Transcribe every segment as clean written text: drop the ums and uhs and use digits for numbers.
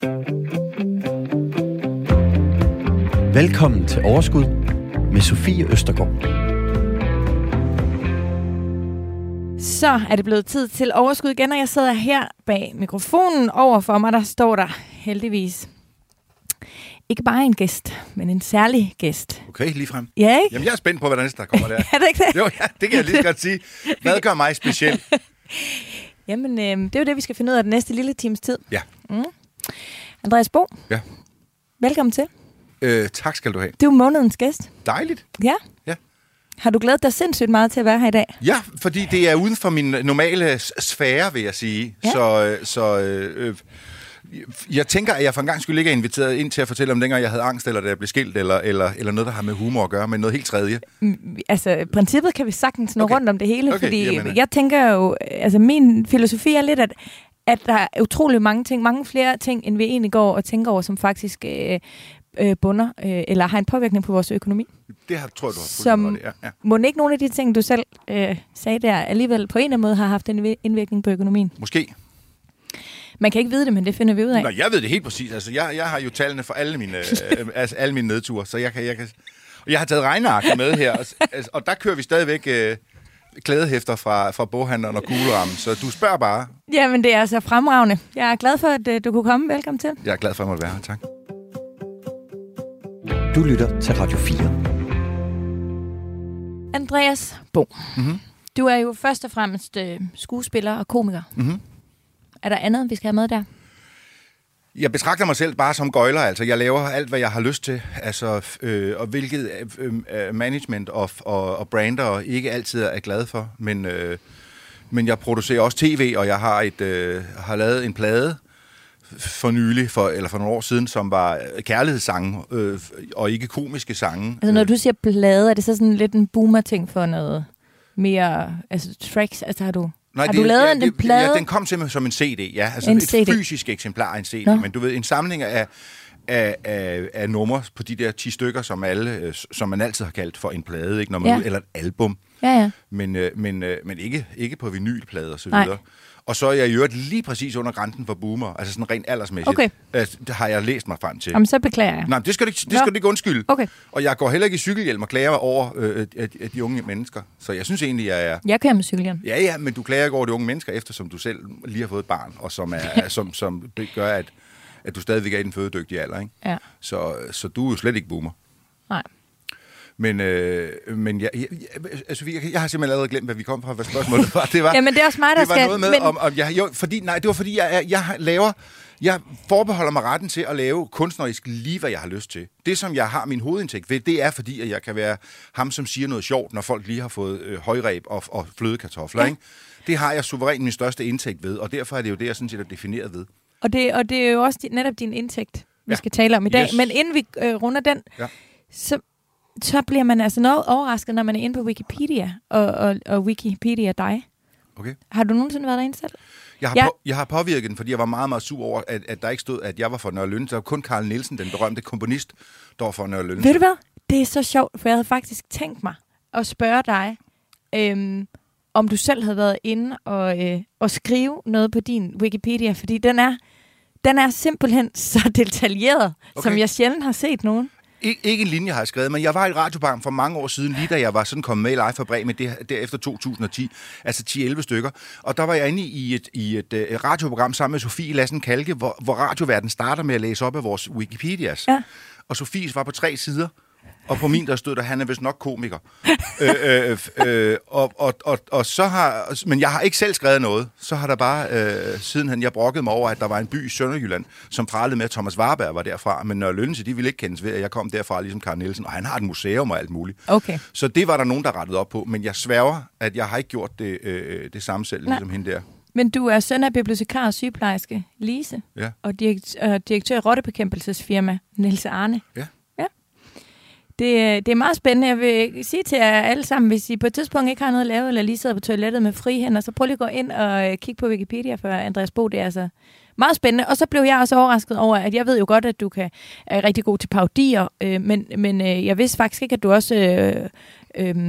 Velkommen til Overskud med Sofie Østergaard. Så er det blevet tid til Overskud igen, og jeg sidder her bag mikrofonen. Overfor mig, der står der heldigvis ikke bare en gæst, men en særlig gæst. Okay, ligefrem. Ja, ikke? Jamen, jeg er spændt på, hvad der næste der kommer der. Er det ikke det? Jo, ja, det kan jeg lige så godt sige. Hvad gør mig speciel? Jamen, det er jo det, vi skal finde ud af den næste lille times tid. Ja. Andreas Bo. Ja. Velkommen til. Tak skal du have. Du er månedens gæst. Dejligt. Ja. Ja. Har du glædet dig sindssygt meget til at være her i dag? Ja, fordi det er uden for min normale sfære, vil jeg sige. Ja. Jeg tænker, at jeg for en gang skulle ikke inviteret ind til at fortælle om dengang jeg havde angst, eller da jeg blev skilt, eller noget, der har med humor at gøre, men noget helt tredje. Altså, i princippet kan vi sagtens nå rundt om det hele, fordi jamen. jeg tænker jo, altså min filosofi er lidt, at der er utrolig mange flere ting, end vi egentlig går og tænker over, som faktisk bunder, eller har en påvirkning på vores økonomi. Det tror jeg, du har som ja. Må ikke nogle af de ting, du selv sagde der, alligevel på en eller anden måde har haft en indvirkning på økonomien? Måske. Man kan ikke vide det, men det finder vi ud af. Nå, jeg ved det helt præcis. Altså, jeg har jo tallene for alle mine, alle mine nedture, så jeg har taget regnearket med her, og der kører vi stadigvæk klædehæfter fra boghandleren og kuglerammen, så du spørger bare. Jamen, det er altså fremragende. Jeg er glad for, at du kunne komme. Velkommen til. Jeg er glad for, at jeg måtte være her. Tak. Du lytter til Radio 4. Andreas Bo. Mm-hmm. Du er jo først og fremmest skuespiller og komiker. Mm-hmm. Er der andet, vi skal have med der? Jeg betragter mig selv bare som gøjler, altså jeg laver alt, hvad jeg har lyst til, altså, og hvilket management og brander ikke altid er glad for, men jeg producerer også tv, og jeg har lavet en plade for nylig, for nogle år siden, som var kærlighedssange, og ikke komiske sange. Altså når du siger plade, er det så sådan lidt en boomer-ting for noget mere, altså tracks, altså har du lavet en plade? Ja, den kom simpelthen som en CD, ja. Altså en et CD. Fysisk eksemplar af en CD. Nå. Men du ved, en samling af numre på de der 10 stykker, som man altid har kaldt for en plade, ikke? Når man eller et album. Ja. Men ikke på vinylplade og så videre. Nej. Og så er jeg i øvrigt lige præcis under grænsen for boomer, altså sådan rent aldersmæssigt. Okay. Det har jeg læst mig frem til. Jamen, så beklager jeg. Nej, det skal du ikke undskylde. Okay. Og jeg går heller ikke i cykelhjelm og klager over at de unge mennesker. Så jeg synes egentlig, jeg er... Jeg kører med cykelhjelm. Ja, men du klager ikke over de unge mennesker, eftersom du selv lige har fået et barn, og som gør, at du stadigvæk er i den fødedygtige alder, ikke? Ja. Så du er jo slet ikke boomer. Nej. Men jeg har simpelthen allerede glemt, hvad vi kom fra, hvad spørgsmålet var. Jamen, det er også mig, der skal... Det var noget med, jeg forbeholder mig retten til at lave kunstnerisk lige, hvad jeg har lyst til. Det, som jeg har min hovedindtægt ved, det er, fordi at jeg kan være ham, som siger noget sjovt, når folk lige har fået højreb og flødekartofler, ja. Ikke? Det har jeg suverænt min største indtægt ved, og derfor er det jo det, jeg sådan set er defineret ved. Og det er jo også netop din indtægt, vi skal tale om i dag. Yes. Men inden vi runder den, så bliver man altså noget overrasket, når man er inde på Wikipedia, og Wikipedia dig. Okay. Har du nogensinde været derinde selv? Jeg har påvirket den, fordi jeg var meget, meget sur over, at der ikke stod, at jeg var fra Nørre Lønse. Der var kun Carl Nielsen, den berømte komponist, der var fra Nørre Lønse. Ved du hvad? Det er så sjovt, for jeg havde faktisk tænkt mig at spørge dig, om du selv havde været inde og skrive noget på din Wikipedia, fordi den er simpelthen så detaljeret, som jeg sjældent har set nogen. Ikke en linje har jeg skrevet, men jeg var i et radioprogram for mange år siden, lige da jeg var sådan kommet med i Live fra Bremen, derefter 2010, altså 10-11 stykker. Og der var jeg inde i et radioprogram sammen med Sofie Lassen Kalke, hvor radioverden starter med at læse op af vores Wikipedias. Ja. Og Sofies var på 3 sider, og på min der stod der, han er vist nok komiker. Og så men jeg har ikke selv skrevet noget. Så har der bare, sidenhen jeg brokkede mig over, at der var en by i Sønderjylland, som pralede med, at Thomas Warberg var derfra. Men Nørre Lønse, de ville ikke kendes ved, at jeg kom derfra, ligesom Carl Nielsen. Og han har et museum og alt muligt. Okay. Så det var der nogen, der rettede op på. Men jeg sværger, at jeg har ikke gjort det samme selv, ligesom hende der. Men du er søn af bibliotekar og sygeplejerske Lise, og direktør i rottebekæmpelsesfirma Niels Arne. Ja. Det er meget spændende. Jeg vil sige til jer alle sammen, hvis I på et tidspunkt ikke har noget at lave, eller lige sidder på toilettet med frie hænder, så prøv lige at gå ind og kigge på Wikipedia for Andreas Bo. Det er altså meget spændende. Og så blev jeg også overrasket over, at jeg ved jo godt, at du er rigtig god til parodier, men jeg vidste faktisk ikke, at du også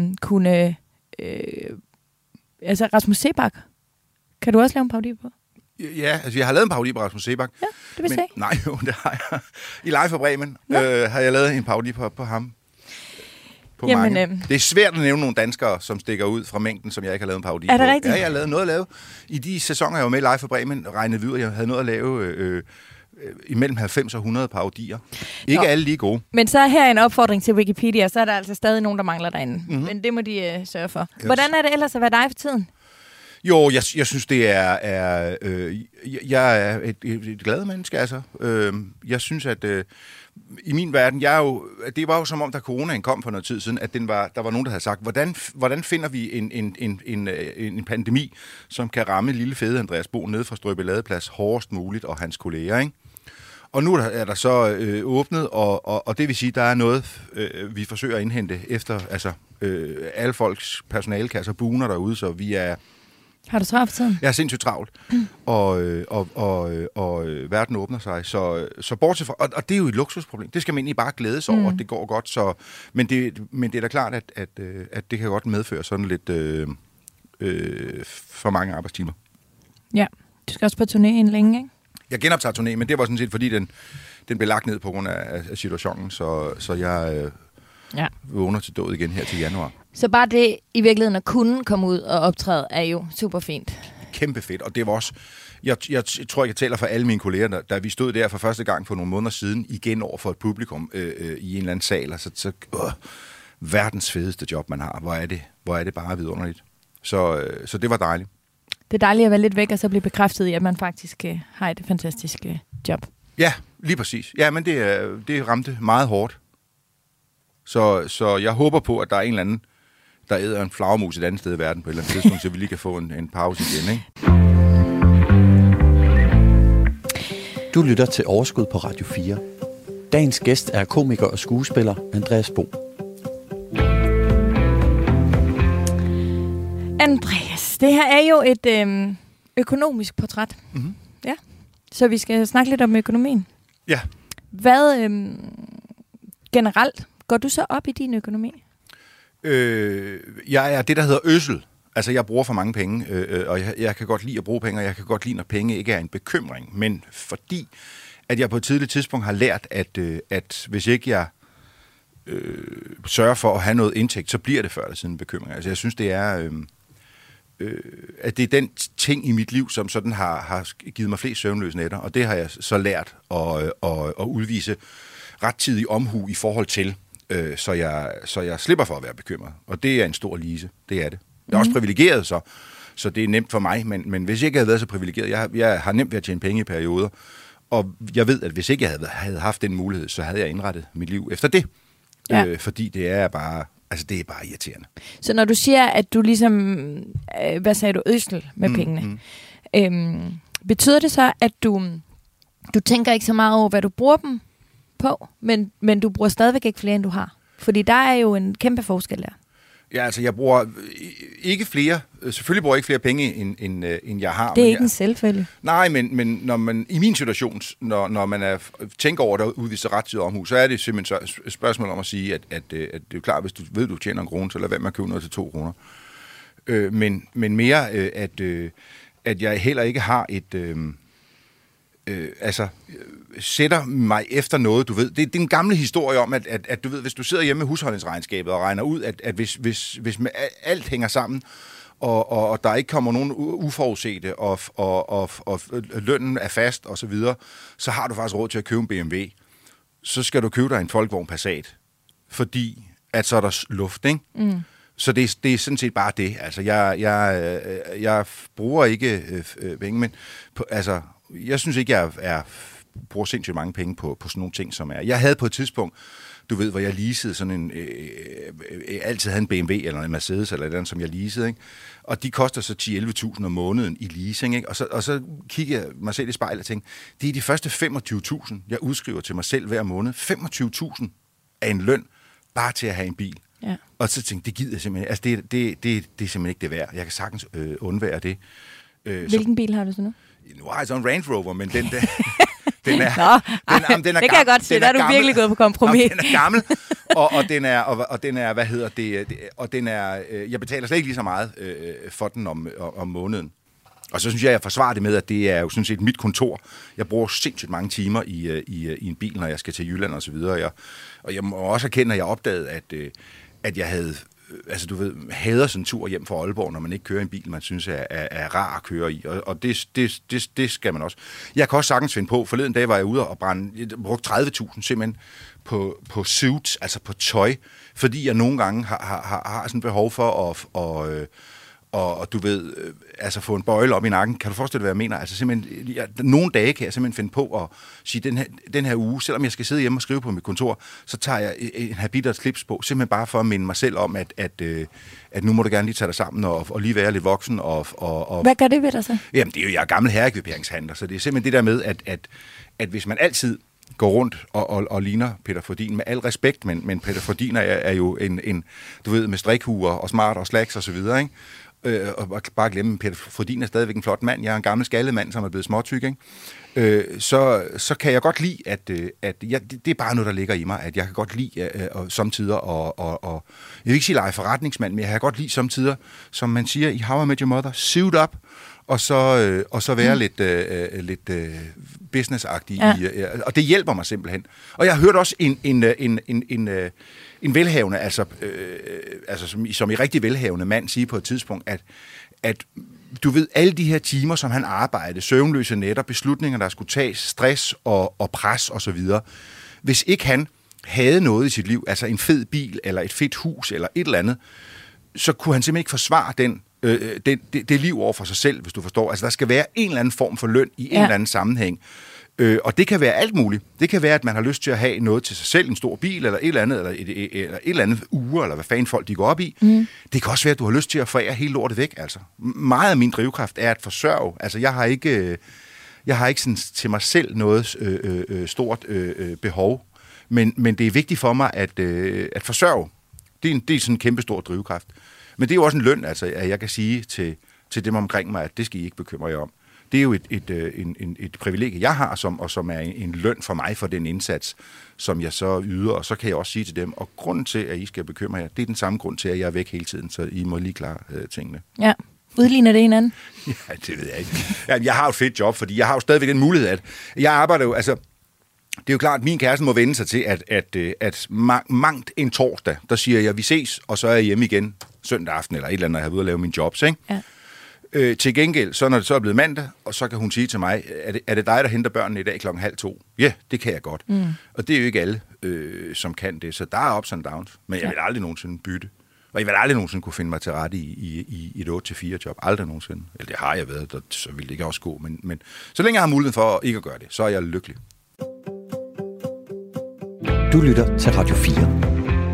kunne... altså Rasmus Seebach, kan du også lave en parodi på? Ja, altså jeg har lavet en parodi på Rasmus Seebach. Ja, det vil sige. Nej, jo, det har jeg. I Live for Bremen har jeg lavet en parodi på ham. På mange. Det er svært at nævne nogle danskere, som stikker ud fra mængden, som jeg ikke har lavet en parodi på. Er det rigtigt? Ja, jeg har lavet noget at lave. I de sæsoner, jeg var med i Live for Bremen, regnede vi ud, at jeg havde noget at lave imellem 90 og 100 parodier. Ikke alle lige gode. Men så her en opfordring til Wikipedia, så er der altså stadig nogen, der mangler derinde. Mm-hmm. Men det må de sørge for. Yes. Hvordan er det ellers at være dig for tiden? Jo, jeg synes, det er jeg er et glad menneske, altså. Jeg synes, at i min verden, det var jo som om, da coronaen kom for noget tid siden, at der var nogen, der havde sagt, hvordan finder vi en pandemi, som kan ramme lille fede Andreas Bo nede fra Strøby Ladeplads hårdest muligt, og hans kolleger, ikke? Og nu er der så åbnet, og det vil sige, der er noget, vi forsøger at indhente efter, altså alle folks personalekasser buner derude, så vi er... Har du travlt for tiden? Jeg er sindssygt travlt, og verden åbner sig, så bortset fra, og det er jo et luksusproblem, det skal man egentlig bare glæde sig over, det går godt, så, men det er da klart, at det kan godt medføre sådan lidt for mange arbejdstimer. Ja, du skal også på turné en længe, ikke? Jeg genoptager turné, men det var sådan set, fordi den blev lagt ned på grund af situationen, så jeg vågner til død igen her til januar. Så bare det i virkeligheden at kunne komme ud og optræde er jo super fint. Kæmpe fedt, og det var også... Jeg tror, jeg taler for alle mine kolleger, da vi stod der for første gang for nogle måneder siden, igen over for et publikum i en eller anden sal, og så verdens fedeste job, man har. Hvor er det bare vidunderligt. Så det var dejligt. Det er dejligt at være lidt væk, og så blive bekræftet i, at man faktisk har et fantastisk job. Ja, lige præcis. Ja, men det ramte meget hårdt. Så jeg håber på, at der er en eller anden, der æder en flagermus et andet sted i verden på et eller andet tidspunkt, så vi lige kan få en pause igen, ikke? Du lytter til Overskud på Radio 4. Dagens gæst er komiker og skuespiller Andreas Bo. Andreas, det her er jo et økonomisk portræt. Mm-hmm. Ja. Så vi skal snakke lidt om økonomien. Ja. Hvad generelt går du så op i din økonomi? Jeg er det, der hedder ødsel. Altså, jeg bruger for mange penge, og jeg kan godt lide at bruge penge, og jeg kan godt lide, når penge ikke er en bekymring. Men fordi, at jeg på et tidligt tidspunkt har lært, at hvis ikke jeg sørger for at have noget indtægt, så bliver det før eller siden en bekymring. Altså, jeg synes, det er... at det er den ting i mit liv, som sådan har givet mig flest søvnløse nætter, og det har jeg så lært at udvise rettidig omhu i forhold til, så jeg slipper for at være bekymret. Og det er en stor lise, det er det. Jeg er også privilegeret, så det er nemt for mig, men hvis jeg ikke havde været så privilegeret, jeg har nemt ved at tjene penge i perioder, og jeg ved, at hvis ikke jeg havde haft den mulighed, så havde jeg indrettet mit liv efter det. Ja. Fordi det er bare irriterende. Så når du siger, at du ligesom, hvad sagde du, ødsel med pengene, betyder det så, at du tænker ikke så meget over, hvad du bruger dem på, men du bruger stadigvæk ikke flere, end du har? Fordi der er jo en kæmpe forskel der. Ja, altså jeg bruger ikke flere, selvfølgelig bruger jeg ikke flere penge, end jeg har. Det er ikke en selvfølge. Nej, men når man, i min situation, når man tænker over det og udviser rettidig omhu, så er det simpelthen et spørgsmål om at sige, at det er klart, hvis du ved, du tjener en krone, så lad være med at købe noget til 2 kroner. Men mere, at jeg heller ikke har et... sætter mig efter noget, du ved. Det er en gamle historie om, at du ved, hvis du sidder hjemme med husholdningsregnskabet og regner ud, at hvis alt hænger sammen, og der ikke kommer nogen uforudsete, og lønnen er fast, og så videre, så har du faktisk råd til at købe en BMW. Så skal du købe dig en Volkswagen Passat, fordi at så er der luft, ikke? Mm. Så det er sådan set bare det. Altså, jeg bruger ikke penge, men altså, jeg synes ikke, jeg bruger sindssygt mange penge på sådan nogle ting, som er... Jeg havde på et tidspunkt, du ved, hvor jeg leasede sådan en... altid havde en BMW eller en Mercedes eller et eller andet, som jeg leasede, ikke? Og de koster så 10-11.000 om måneden i leasing, ikke? Og så kigger jeg mig selv i spejlet og tænker, det er de første 25.000, jeg udskriver til mig selv hver måned. 25.000 af en løn, bare til at have en bil. Ja. Og så tænkte jeg, det gider jeg simpelthen... Altså, det er simpelthen ikke det værd. Jeg kan sagtens undvære det. Hvilken bil har du så nu? Nu har jeg så en Range Rover, men den er... den er det kan jeg godt se, der er du virkelig gået på kompromis. Den er gammel, og den er, hvad hedder det, og den er, jeg betaler slet ikke lige så meget for den om måneden. Og så synes jeg forsvarer det med, at det er jo sådan set mit kontor. Jeg bruger sindssygt mange timer i en bil, når jeg skal til Jylland og så videre. Og jeg må også erkende, at jeg opdagede, at jeg havde... Altså, du ved, hader sådan en tur hjem fra Aalborg, når man ikke kører en bil, man synes er rar at køre i. Og det skal man også. Jeg kan også sagtens finde på. Forleden dag var jeg ude og brugte 30.000 simpelthen på suits, altså på tøj, fordi jeg nogle gange har sådan behov for og du ved, altså få en bøjle op i nakken. Kan du forestille dig, hvad jeg mener? Altså simpelthen, nogle dage kan jeg simpelthen finde på at sige, den her uge, selvom jeg skal sidde hjemme og skrive på mit kontor, så tager jeg en habit og et slips på, simpelthen bare for at minde mig selv om, at nu må du gerne lige tage dig sammen og lige være lidt voksen. Og hvad gør det ved dig så? Jamen, det er jo, jeg er gammel herrekviperingshandler, så det er simpelthen det der med, at hvis man altid går rundt og ligner Peter Frödin, med al respekt, men Peter Frödin er jo en, du ved, med strikhuer og smart og slacks og så videre, ikke? Og bare glemme, Peter Frödin er stadigvæk en flot mand. Jeg er en gammel skaldet mand, som er blevet småtyk, ikke? Så kan jeg godt lide, at det er bare noget, der ligger i mig, at jeg kan godt lide samtidig, og jeg vil ikke sige lege forretningsmand, men jeg kan godt lide samtidig, som man siger i How I Met Your Mother, suit up, og så være lidt businessagtig. Ja. Og det hjælper mig simpelthen. Og jeg har hørt også en velhavende, altså som en rigtig velhavende mand sige på et tidspunkt, at du ved, alle de her timer, som han arbejdede, søvnløse nætter, beslutninger, der skulle tages, stress og pres og så videre. Hvis ikke han havde noget i sit liv, altså en fed bil, eller et fedt hus, eller et eller andet, så kunne han simpelthen ikke forsvare det liv over for sig selv, hvis du forstår. Altså, der skal være en eller anden form for løn i en eller anden sammenhæng. Og det kan være alt muligt. Det kan være, at man har lyst til at have noget til sig selv, en stor bil, eller et eller andet, eller et eller andet ure, eller hvad fanden folk de går op i. Mm. Det kan også være, at du har lyst til at forære hele lortet væk, altså. Meget af min drivkraft er at forsørge. Altså, jeg har ikke sådan til mig selv noget stort behov, men det er vigtigt for mig at forsørge. Det er sådan en kæmpe stor drivkraft. Men det er jo også en løn, altså, at jeg kan sige til dem omkring mig, at det skal I ikke bekymre jer om. Det er jo et privilegie, jeg har, som er en løn for mig for den indsats, som jeg så yder. Og så kan jeg også sige til dem, og grunden til, at I skal bekymre jer, det er den samme grund til, at jeg er væk hele tiden, så I må lige klare tingene. Ja. Udligner det hinanden? Ja, det ved jeg ikke. Jeg har jo et fedt job, fordi jeg har jo stadigvæk den mulighed, at jeg arbejder jo, altså, det er jo klart, at min kæreste må vende sig til, at mangt en torsdag, der siger jeg, vi ses, og så er jeg hjemme igen søndag aften, eller et eller andet, når jeg har været ude at lave mine jobs, ikke? Ja. Til gengæld, så når det så er blevet mandag, og så kan hun sige til mig, er det dig, der henter børnene i dag 1:30? Ja, det kan jeg godt. Mm. Og det er jo ikke alle, som kan det, så der er ups and downs. Men jeg vil aldrig nogensinde bytte. Og jeg vil aldrig nogensinde kunne finde mig til rette i et 8-4 job. Aldrig nogensinde. Eller det har jeg været, så vil det ikke også gå. Men så længe jeg har muligheden for ikke at gøre det, så er jeg lykkelig. Du lytter til Radio 4.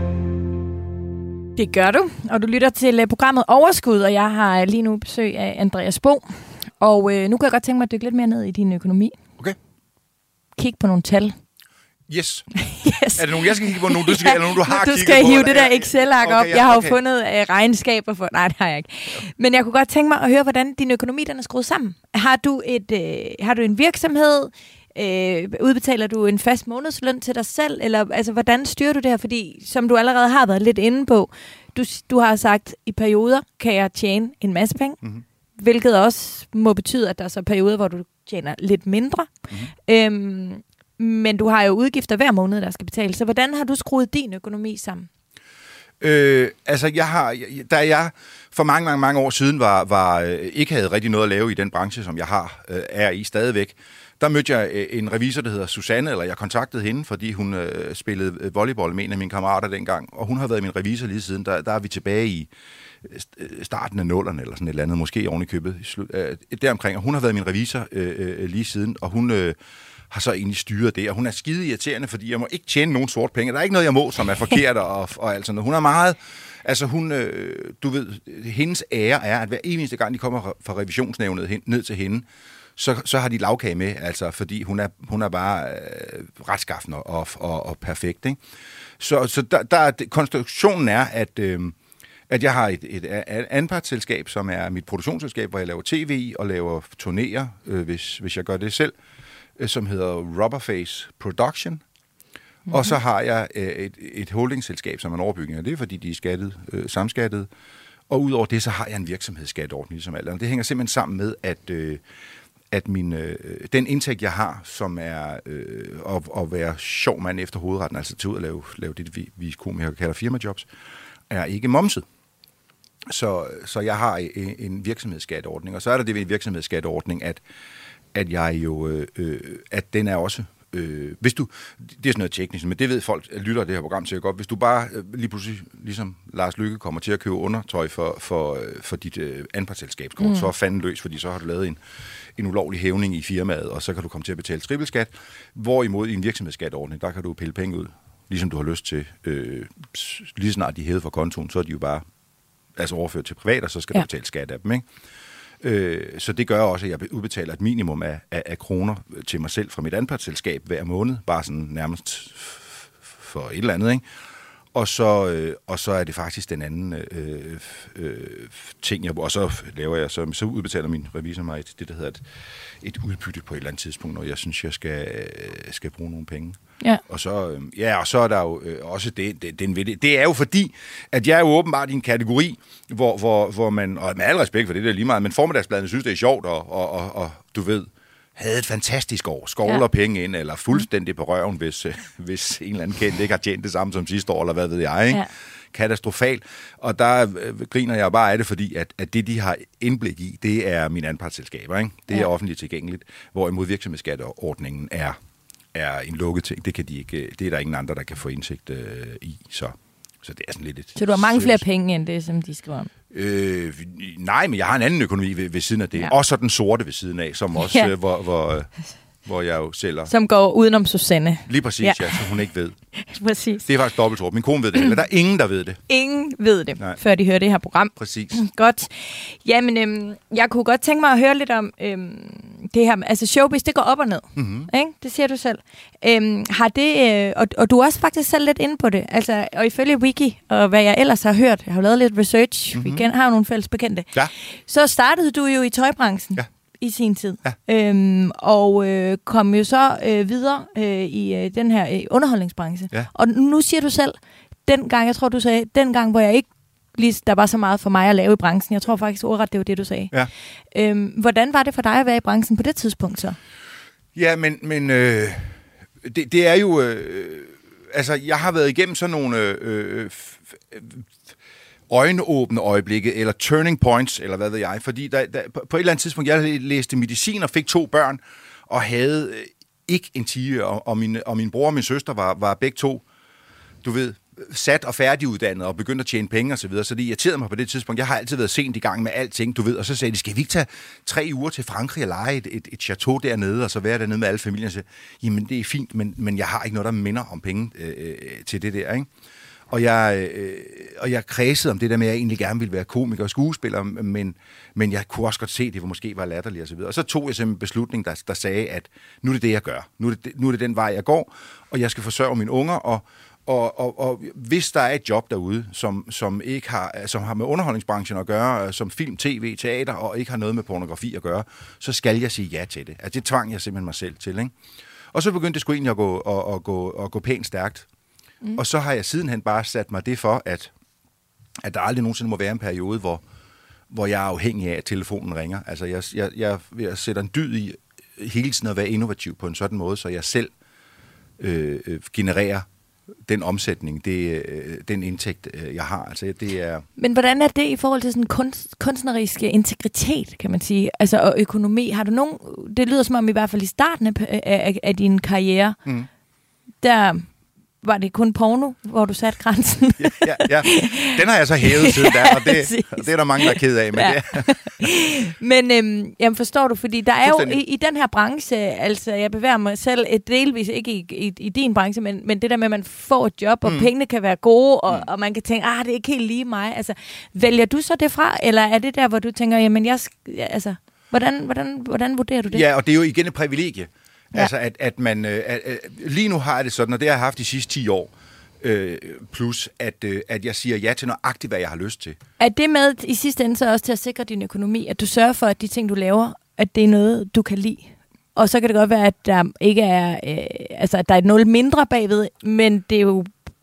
Det gør du, og du lytter til programmet Overskud, og jeg har lige nu besøg af Andreas Bo. Og nu kan jeg godt tænke mig at dykke lidt mere ned i din økonomi. Okay. Kig på nogle tal. Yes. Er det nogen, jeg skal kigge på? Nogen, du skal, eller nogen, du har kigget på? Du skal hive det der Excel-ark op. Jeg har jo fundet regnskaber for... Nej, det har jeg ikke. Men jeg kunne godt tænke mig at høre, hvordan din økonomi den er skruet sammen. Har du en virksomhed? Udbetaler du en fast månedsløn til dig selv? Eller altså, hvordan styrer du det her? Fordi, som du allerede har været lidt inde på, du har sagt, i perioder kan jeg tjene en masse penge, hvilket også må betyde, at der er så perioder, hvor du tjener lidt mindre. Men du har jo udgifter hver måned, der skal betales. Så hvordan har du skruet din økonomi sammen? Altså, da jeg for mange år siden ikke havde rigtig noget at lave i den branche, som jeg er i stadigvæk, der mødte jeg en revisor, der hedder Susanne, eller jeg kontaktede hende, fordi hun spillede volleyball med en af mine kammerater dengang, og hun har været min revisor lige siden. Der er vi tilbage i starten af 0'erne, eller sådan et eller andet, måske oven i købet, deromkring, og hun har været min revisor lige siden, og hun har så egentlig styret det, og hun er skide irriterende, fordi jeg må ikke tjene nogen sort penge. Der er ikke noget, jeg må, som er forkert, og alt sådan noget. Hun er meget... Altså du ved, hendes ære er, at hver eneste gang, de kommer fra revisionsnævnet ned til hende, så har de lavkage med, altså, fordi hun er bare retskaffen og perfekt, ikke? Så konstruktionen er, at jeg har et anpartsselskab, som er mit produktionsselskab, hvor jeg laver tv i og laver turnéer, hvis jeg gør det selv, som hedder Rubberface Production. Mm-hmm. Og så har jeg et holdingselskab, som er en overbygning, og det er fordi, de er samskattet. Og udover det, så har jeg en virksomhedsskatteordning, ligesom alt andet. Det hænger simpelthen sammen med, at den indtægt, jeg har, som er at være sjov mand efter hovedretten, altså til ud at lave det, vi komikere kalder firmajobs, er ikke momset. Så jeg har en virksomhedsskatteordning, og så er der det ved en virksomhedsskatteordning, at jeg jo, at den er også, hvis du, det er sådan noget teknisk, men det ved folk, lytter det her program til godt, hvis du bare lige pludselig, ligesom Lars Lykke kommer til at købe undertøj for dit anpartsselskabskort, så er fanden løs, fordi så har du lavet en ulovlig hævning i firmaet, og så kan du komme til at betale trippelskat, hvorimod i en virksomhedsskatteordning, der kan du pille penge ud, ligesom du har lyst til, lige snart de er hævet fra kontoen, så er de jo bare overført til privat, og så skal du betale skat af dem, ikke? Så det gør også, at jeg udbetaler et minimum af kroner til mig selv fra mit anpartsselskab hver måned, bare sådan nærmest for et eller andet, ikke? Og så er det faktisk den anden ting, og så laver jeg, så udbetaler min revisor mig det, der hedder et udbytte på et eller andet tidspunkt, når jeg synes, jeg skal bruge nogle penge. Ja. Og så er der jo også det er jo fordi, at jeg er jo åbenbart i en kategori, hvor man, og med al respekt for det der lige meget, men formiddagsbladene synes, det er sjovt, og du ved, havde et fantastisk år, skovler penge ind, eller fuldstændig på røven, hvis en eller anden kendt ikke har tjent det samme som sidste år, eller hvad ved jeg, ikke? Ja. Katastrofalt. Og der griner jeg bare af det, fordi at det, de har indblik i, det er mine anpartsselskaber, ikke? Det er offentligt tilgængeligt, hvorimod virksomhedsskatteordningen er en lukket ting. Det kan de ikke, det er der ingen andre, der kan få indsigt i, så det er sådan lidt et... Så du har mange flere penge, end det, som de skriver om? Nej, men jeg har en anden økonomi ved siden af det. Ja. Og så den sorte ved siden af, som også, hvor jeg jo sælger... Som går udenom Susanne. Lige præcis, ja, så hun ikke ved. Præcis. Det er faktisk dobbeltråd. Min kone ved det, eller der er ingen, der ved det. Ingen ved det, før de hører det her program. Præcis. Godt. Jamen, jeg kunne godt tænke mig at høre lidt om det her. Altså, showbiz, det går op og ned. Mm-hmm. Ikke? Det siger du selv. Har det... og du er også faktisk selv lidt inde på det. Altså, og ifølge Wiki, og hvad jeg ellers har hørt, jeg har lidt research, vi har jo nogle fælles bekendte, så startede du jo i tøjbranchen. Ja. I sin tid. Ja. Og kom jo så videre i den her underholdningsbranche. Ja. Og nu siger du selv, dengang, jeg tror du sagde, dengang hvor jeg ikke lige, der var så meget for mig at lave i branchen. Jeg tror faktisk ordret, det var det du sagde. Ja. Hvordan var det for dig at være i branchen på det tidspunkt så? Ja, men det er jo... altså, jeg har været igennem sådan nogle... øjenåbne øjeblikke, eller turning points, eller hvad ved jeg. Fordi på et eller andet tidspunkt, jeg læste medicin og fik 2 børn, og havde ikke en tige, og min bror og min søster var begge to, du ved, sat og færdiguddannet, og begyndte at tjene penge og så videre. Så det irriterede mig på det tidspunkt. Jeg har altid været sent i gang med alting, du ved. Og så sagde de, skal vi ikke tage 3 uger til Frankrig og lege et chateau dernede, og så være dernede med alle familien? Så, jamen, det er fint, men jeg har ikke noget, der minder om penge til det der, ikke? Og jeg kredsede om det der med, at jeg egentlig gerne ville være komiker og skuespiller, men jeg kunne også godt se, at det måske var latterligt og så videre. Og så tog jeg simpelthen en beslutning, der sagde, at nu er det det, jeg gør. Nu er det den vej, jeg går, og jeg skal forsørge mine unger, og hvis der er et job derude, som har med underholdningsbranchen at gøre, som film, tv, teater, og ikke har noget med pornografi at gøre, så skal jeg sige ja til det. Altså, det tvang jeg simpelthen mig selv til, ikke? Og så begyndte det sgu egentlig at gå pænt stærkt. Mm. Og så har jeg sidenhen bare sat mig det for, at der aldrig nogensinde må være en periode, hvor jeg er afhængig af, at telefonen ringer. Altså, jeg sætter en dyd i hele tiden at være innovativ på en sådan måde, så jeg selv genererer den omsætning, den indtægt, jeg har. Altså, det er... Men hvordan er det i forhold til sådan kunstnerisk integritet, kan man sige? Altså, og økonomi. Har du nogen... Det lyder som om i hvert fald i starten af din karriere, der... Var det kun porno, hvor du satte grænsen? Ja. Den har jeg så hævet siden der, og det er der mange, der er ked af. Men jamen forstår du, fordi der er jo i den her branche, altså jeg bevæger mig selv delvis ikke i din branche, men det der med, at man får et job, og pengene kan være gode, og man kan tænke, det er ikke helt lige mig. Altså, vælger du så det fra, eller er det der, hvor du tænker, jamen hvordan vurderer du det? Ja, og det er jo igen et privilegie. Ja. Altså, at man... lige nu har jeg det sådan, og det har jeg haft de sidste 10 år, plus at jeg siger ja til nøjagtigt, hvad jeg har lyst til. Er det med i sidste ende så også til at sikre din økonomi, at du sørger for, at de ting, du laver, at det er noget, du kan lide? Og så kan det godt være, at der ikke er... at der er 0 mindre bagved, men det er jo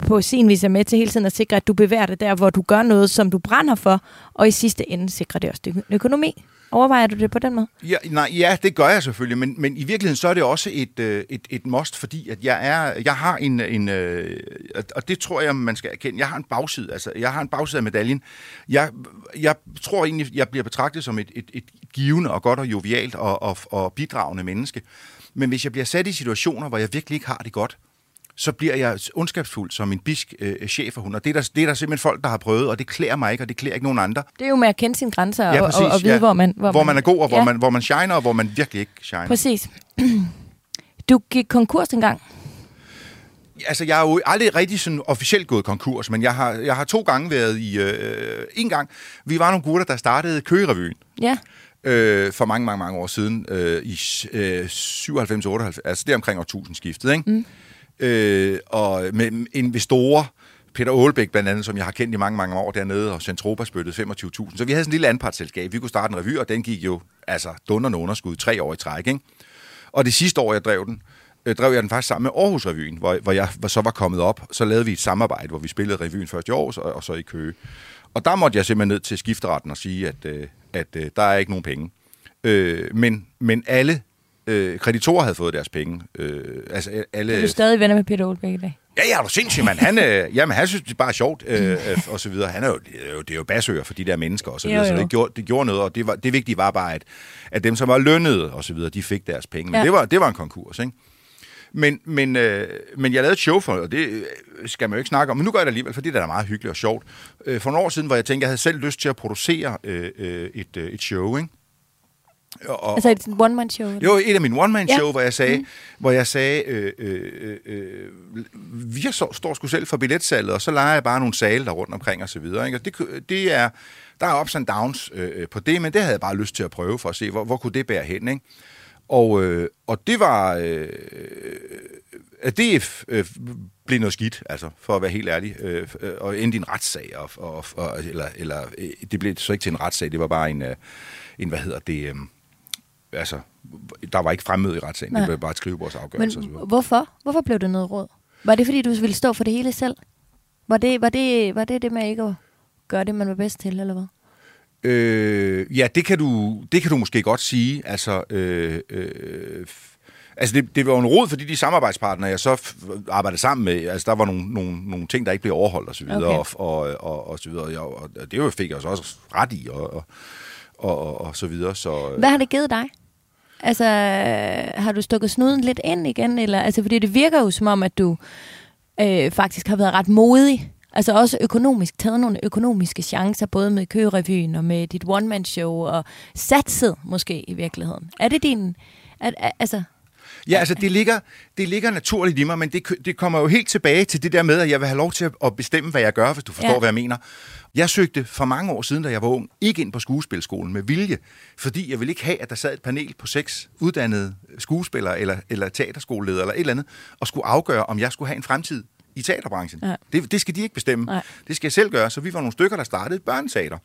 på sin vis er med til hele tiden at sikre, at du bevæger dig der, hvor du gør noget, som du brænder for, og i sidste ende sikrer det også din økonomi. Overvejer du det på den måde? Ja, det gør jeg selvfølgelig, men i virkeligheden så er det også et must, fordi at jeg har en og det tror jeg, man skal erkende, jeg har en bagside af medaljen. Jeg tror egentlig, jeg bliver betragtet som et givende og godt og jovialt og bidragende menneske. Men hvis jeg bliver sat i situationer, hvor jeg virkelig ikke har det godt, så bliver jeg ondskabsfuld som en bisk cheferhund. Og det er der simpelthen folk, der har prøvet, og det klæder mig ikke, og det klæder ikke nogen andre. Det er jo med at kende sine grænser og vide, hvor man er god, og hvor man shiner, og hvor man virkelig ikke shiner. Præcis. Du gik konkurs engang. Altså, jeg har jo aldrig rigtig sådan officielt gået konkurs, men jeg har 2 gange været i... en gang, vi var nogle gutter, der startede Køge-revyen. Ja. For mange år siden, i 97-98, altså det omkring årtusindskiftet, ikke? Mm. Og med investorer, Peter Aalbæk blandt andet, som jeg har kendt i mange år dernede, og Centropa spyttede 25.000. Så vi havde sådan en lille anpartsselskab. Vi kunne starte en revy, og den gik jo dundrende underskud 3 år i træk, ikke? Og det sidste år, jeg drev jeg den faktisk sammen med Aarhus Revyen, hvor jeg så var kommet op. Så lavede vi et samarbejde, hvor vi spillede revyen først i Aarhus, og så i Køge. Og der måtte jeg simpelthen ned til skifteretten og sige, at der er ikke nogen penge. Men alle kreditorer havde fået deres penge. Alle... Er du stadig venner med Peter Aalbæk i dag? Ja, er du sindssygt, mand. Han synes, det er bare sjovt, og så videre. Han er det er jo basører for de der mennesker, og så videre, så det gjorde noget, og det vigtige var bare, at dem, som var lønnede, og så videre, de fik deres penge. Men det var en konkurs, ikke? Men jeg lavede et show for, og det skal man jo ikke snakke om, men nu gør jeg det alligevel, for det er da meget hyggeligt og sjovt. For nogle år siden, hvor jeg tænkte, jeg havde selv lyst til at producere et show, ikke? Altså et one-man-show? Jo, et af mine one-man-show, hvor jeg sagde, vi står sgu selv for billetsalget, og så leger jeg bare nogle sale der rundt omkring og så videre. Ikke? Og der er ups and downs på det, men det havde jeg bare lyst til at prøve for at se, hvor kunne det bære hen, ikke? Og det var... det blev noget skidt, altså, for at være helt ærlig, og endte i en retssag, eller det blev så ikke til en retssag, det var bare en hvad hedder det... altså, der var ikke fremmøde i retssagen, det blev bare et skrivebordsafgørelse. Men hvorfor? Hvorfor blev det noget råd? Var det, fordi du ville stå for det hele selv? Var det med ikke at gøre det, man var bedst til, eller hvad? Ja, det kan du måske godt sige. Altså, det var en rod, fordi de samarbejdspartnere, jeg så arbejdede sammen med, altså der var nogle ting, der ikke blev overholdt, og så videre, okay. og så videre, og det fik jeg også ret i, og så videre. Så, hvad har det givet dig? Altså, har du stukket snuden lidt ind igen, eller, altså, fordi det virker jo som om, at du faktisk har været ret modig, altså også økonomisk, taget nogle økonomiske chancer, både med Køge-revyen og med dit one-man-show, og satset måske i virkeligheden. Er det din... altså... Ja, altså det ligger naturligt i mig, men det kommer jo helt tilbage til det der med, at jeg vil have lov til at bestemme, hvad jeg gør, hvis du forstår, hvad jeg mener. Jeg søgte for mange år siden, da jeg var ung, ikke ind på skuespilskolen med vilje, fordi jeg ville ikke have, at der sad et panel på 6 uddannede skuespillere eller teaterskoleledere eller et eller andet, og skulle afgøre, om jeg skulle have en fremtid i teaterbranchen. Ja. Det skal de ikke bestemme. Nej. Det skal jeg selv gøre, så vi var nogle stykker, der startede et børneteater.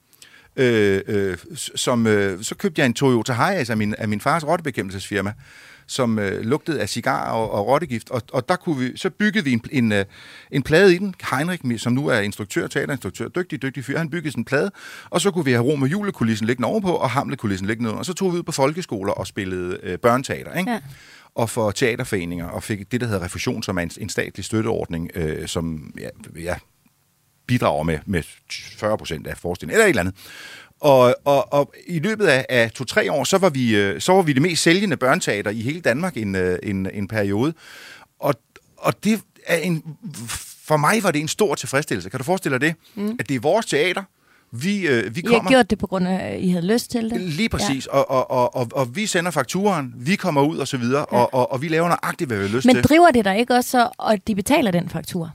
Så købte jeg en Toyota Hiace af min fars rottebekæmpelsesfirma, som lugtede af cigar og rottegift, og der så byggede vi en plade i den. Heinrich, som nu er instruktør, teaterinstruktør, dygtig fyr, han byggede sådan en plade, og så kunne vi have Rom og julekulissen liggende ovenpå, og Hamlet-kulissen liggende under, og så tog vi ud på folkeskoler og spillede børneteater, ikke? Ja. Og for teaterforeninger, og fik det, der hedder refusion, som er en statlig støtteordning, som bidrager med 40% af forestillingen, eller et eller andet. Og i løbet af 2-3 år, så var vi det mest sælgende børneteater i hele Danmark en periode. Og det er for mig var det en stor tilfredsstillelse. Kan du forestille dig det? At det er vores teater. Vi kommer... I har gjort det på grund af, at I havde lyst til det? Lige præcis. Ja. Og vi sender fakturen, vi kommer ud og så videre, ja. og vi laver nøjagtigt, hvad vi har lyst til. Men driver det dig ikke også så, at de betaler den faktur?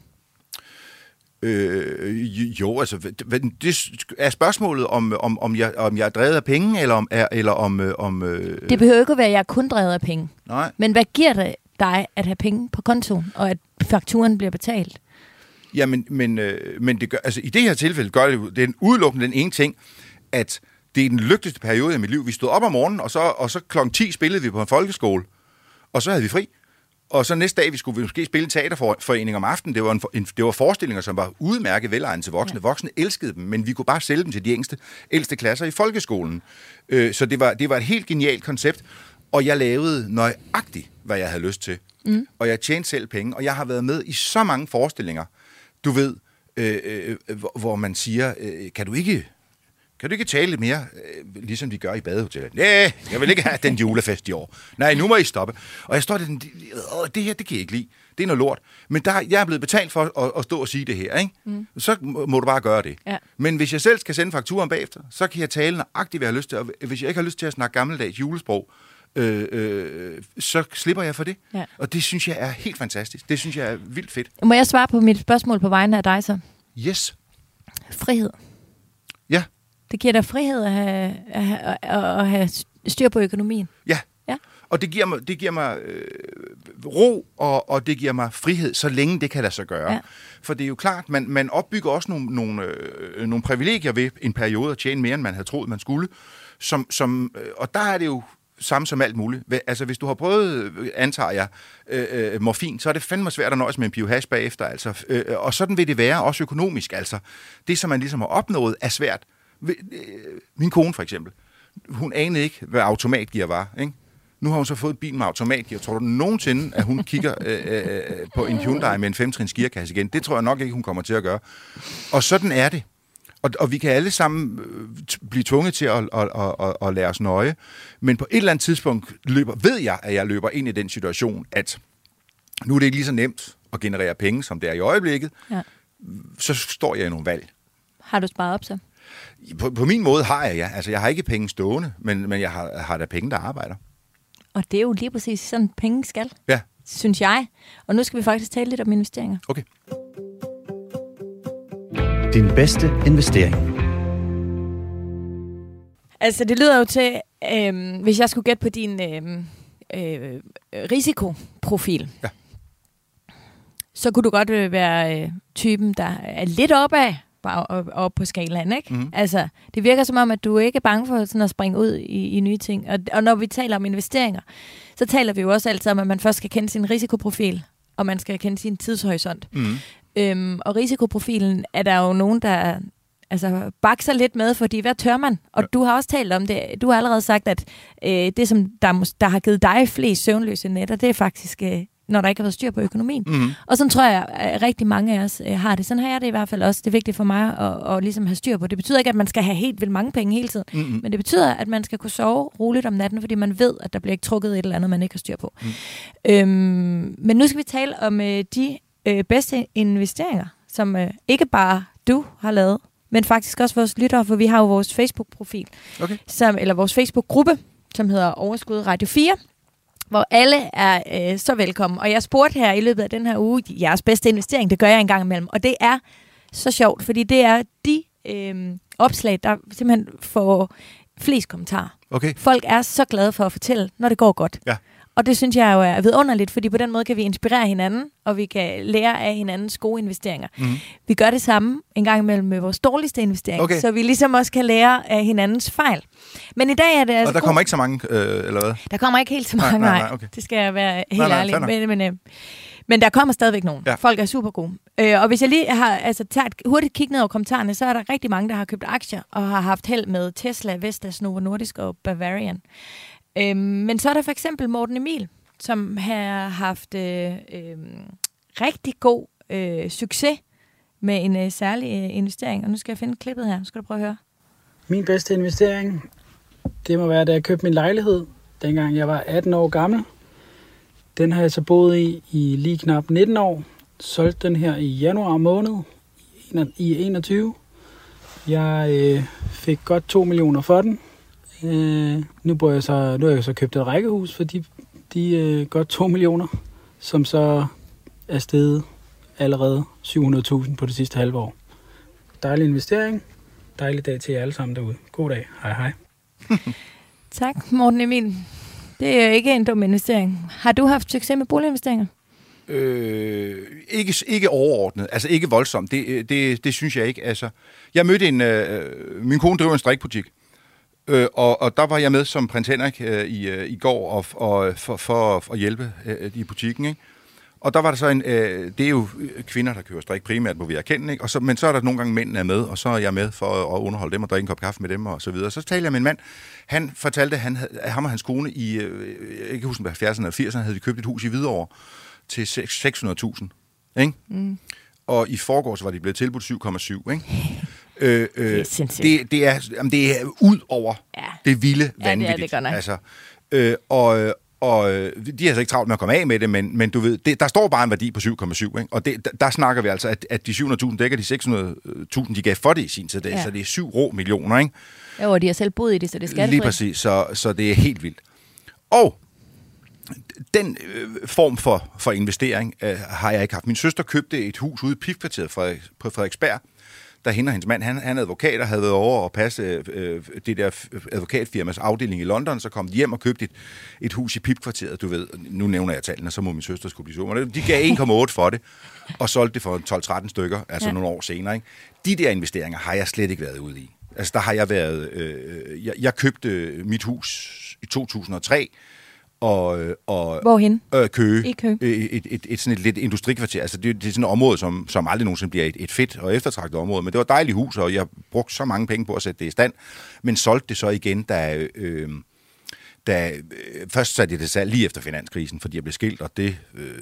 Jo, altså det er spørgsmålet om jeg er drevet af penge eller om Det behøver ikke at være, at jeg er kun drevet af penge. Nej. Men hvad giver det dig at have penge på kontoen og at fakturen bliver betalt? Ja, men det gør, altså i det her tilfælde gør det er udelukkende den ene ting, at det er den lykkeligste periode i mit liv. Vi stod op om morgenen, og så klokken 10 spillede vi på en folkeskole, og så havde vi fri. Og så næste dag, vi skulle måske spille en teaterforening om aftenen. Det var forestillinger, som var udmærket velegnet til voksne. Ja. Voksne elskede dem, men vi kunne bare sælge dem til de ældste klasser i folkeskolen. Så det var et helt genialt koncept, og jeg lavede nøjagtigt, hvad jeg havde lyst til. Og jeg tjente selv penge, og jeg har været med i så mange forestillinger, du ved, hvor man siger, kan du ikke tale lidt mere, ligesom de gør i badehotellet? Nej, jeg vil ikke have den julefest i år. Nej, nu må I stoppe. Og jeg står der, det her, det kan jeg ikke lide. Det er noget lort. Men jeg er blevet betalt for at stå og sige det her, ikke? Så må du bare gøre det. Ja. Men hvis jeg selv skal sende fakturen bagefter, så kan jeg tale nøjagtigt, hvad jeg har lyst til. Og hvis jeg ikke har lyst til at snakke gammeldags julesprog, så slipper jeg for det. Ja. Og det synes jeg er helt fantastisk. Det synes jeg er vildt fedt. Må jeg svare på mit spørgsmål på vegne af dig så? Yes. Frihed. Ja. Det giver dig frihed at have styr på økonomien. Ja. Og det giver mig ro, og det giver mig frihed, så længe det kan lade sig gøre. Ja. For det er jo klart, man opbygger også nogle privilegier ved en periode at tjene mere, end man havde troet, man skulle. Og der er det jo samme som alt muligt. Altså, hvis du har prøvet, antager jeg, morfin, så er det fandme svært at nøjes med en pive hash bagefter. Altså. Og sådan vil det være, også økonomisk. Altså. Det, som man ligesom har opnået, er svært. Min kone, for eksempel, hun anede ikke, hvad automatgear var, ikke? Nu har hun så fået et bil med automatgear. Tror du nogensinde, at hun kigger på en Hyundai med en 5-trins gearkasse igen? Det tror jeg nok ikke, hun kommer til at gøre. Og sådan er det. Og vi kan alle sammen blive tvunget til at lære os nøje. Men på et eller andet tidspunkt ved jeg, at jeg løber ind i den situation, at nu er det ikke lige så nemt at generere penge, som det er i øjeblikket. Ja. Så står jeg i nogle valg. Har du sparet op så? På min måde har jeg, ja. Altså, jeg har ikke penge stående, men jeg har da penge, der arbejder. Og det er jo lige præcis sådan, penge skal, ja. Synes jeg. Og nu skal vi faktisk tale lidt om investeringer. Okay. Din bedste investering. Altså, det lyder jo til, hvis jeg skulle gætte på din risikoprofil, ja. Så kunne du godt være typen, der er lidt opad, bare op på skalaen, ikke? Mm-hmm. Altså, det virker som om, at du ikke er bange for sådan at springe ud i nye ting. Og når vi taler om investeringer, så taler vi jo også altid om, at man først skal kende sin risikoprofil, og man skal kende sin tidshorisont. Mm-hmm. Og risikoprofilen er der jo nogen, der bakser lidt med, fordi hvad tør man? Og du har også talt om det. Du har allerede sagt, at det, som der har givet dig flest søvnløse nætter, det er faktisk når der ikke har været styr på økonomien. Mm-hmm. Og sådan tror jeg, at rigtig mange af os har det. Sådan har jeg det i hvert fald også. Det er vigtigt for mig at ligesom have styr på. Det betyder ikke, at man skal have helt vildt mange penge hele tiden. Mm-hmm. Men det betyder, at man skal kunne sove roligt om natten, fordi man ved, at der bliver ikke trukket et eller andet, man ikke har styr på. Men nu skal vi tale om de bedste investeringer, som ikke bare du har lavet, men faktisk også vores lyttere, for vi har jo vores Facebook-profil, eller vores Facebook-gruppe, som hedder Overskud Radio 4, hvor alle er så velkommen. Og jeg spurgte her i løbet af den her uge, jeres bedste investering, det gør jeg en gang imellem. Og det er så sjovt, fordi det er de opslag, der simpelthen får flest kommentarer. Okay. Folk er så glade for at fortælle, når det går godt. Ja. Og det synes jeg jo er vidunderligt, fordi på den måde kan vi inspirere hinanden, og vi kan lære af hinandens gode investeringer. Mm. Vi gør det samme en gang imellem med vores dårligste investering, så vi ligesom også kan lære af hinandens fejl. Men i dag er det altså... Og der kommer ikke så mange, eller hvad? Der kommer ikke helt så mange, nej. Okay. Det skal jeg være helt ærlig. Men der kommer stadigvæk nogen. Ja. Folk er super gode. Og hvis jeg lige tager et hurtigt kig ned over kommentarerne, så er der rigtig mange, der har købt aktier, og har haft held med Tesla, Vestas, Novo Nordisk og Bavarian. Men så er der for eksempel Morten Emil, som har haft rigtig god succes med en særlig investering. Og nu skal jeg finde klippet her. Nu skal du prøve at høre. Min bedste investering, det må være, da jeg købte min lejlighed, dengang jeg var 18 år gammel. Den har jeg så boet i lige knap 19 år. Solgte den her i januar måned i 21. Jeg fik godt 2 millioner for den. Nu har jeg så købt et rækkehus for de godt 2 millioner, som så er steget allerede 700.000 på det sidste halve år. Dejlig investering. Dejlig dag til jer alle sammen derude. God dag. Hej hej. Tak, Morten Emil. Det er ikke en dum investering. Har du haft succes med boliginvesteringer? Ikke overordnet, altså ikke voldsomt. Det synes jeg ikke. Altså, jeg mødte min kone driver en strikbutik. Og der var jeg med som prins Henrik i går for at hjælpe i butikken, ikke? Og der var der så det er jo kvinder, der køber strik primært, hvor vi er kendt, ikke? Men så er der nogle gange mændene er med, og så er jeg med for at underholde dem og drikke en kop kaffe med dem og så videre. Så talte jeg med en mand, han fortalte, at ham og hans kone i, jeg kan ikke huske, 70'erne eller 80'erne, havde de købt et hus i Hvidovre til 600.000, ikke? Mm. Og i forgårs var de blevet tilbudt 7,7, ikke? Det er ud over det vilde vanvittigt. Ja, det er det altså, og de har så ikke travlt med at komme af med det, men du ved, der står bare en værdi på 7,7, ikke? Og der snakker vi altså, at de 700.000 dækker de 600.000, de gav for det i sin tid, så det er 7 rå millioner, ikke? Jo, og de har selv boet i det, så det skal lige præcis, så det er helt vildt. Og den form for investering har jeg ikke haft. Min søster købte et hus ude i Pifkvarteret på Frederiksberg, der hende og hendes mand, han er advokat og havde været over og passe det der advokatfirmas afdeling i London, så kom de hjem og købte et hus i Pipkvarteret, du ved. Nu nævner jeg tallene, så må min søster skulle blive sur. De gav 1,8 for det, og solgte det for 12-13 stykker, altså nogle år senere, ikke? De der investeringer har jeg slet ikke været ude i. Altså der har jeg været... Jeg købte mit hus i 2003, og hvorhen? Køge. I Køge. Et sådan et lidt industrikvarter. Altså det er sådan et område, som aldrig nogensinde bliver et fedt og eftertragtet område. Men det var et dejligt hus, og jeg brugte så mange penge på at sætte det i stand. Men solgte det så igen, da først satte jeg det salg lige efter finanskrisen, fordi jeg blev skilt, og det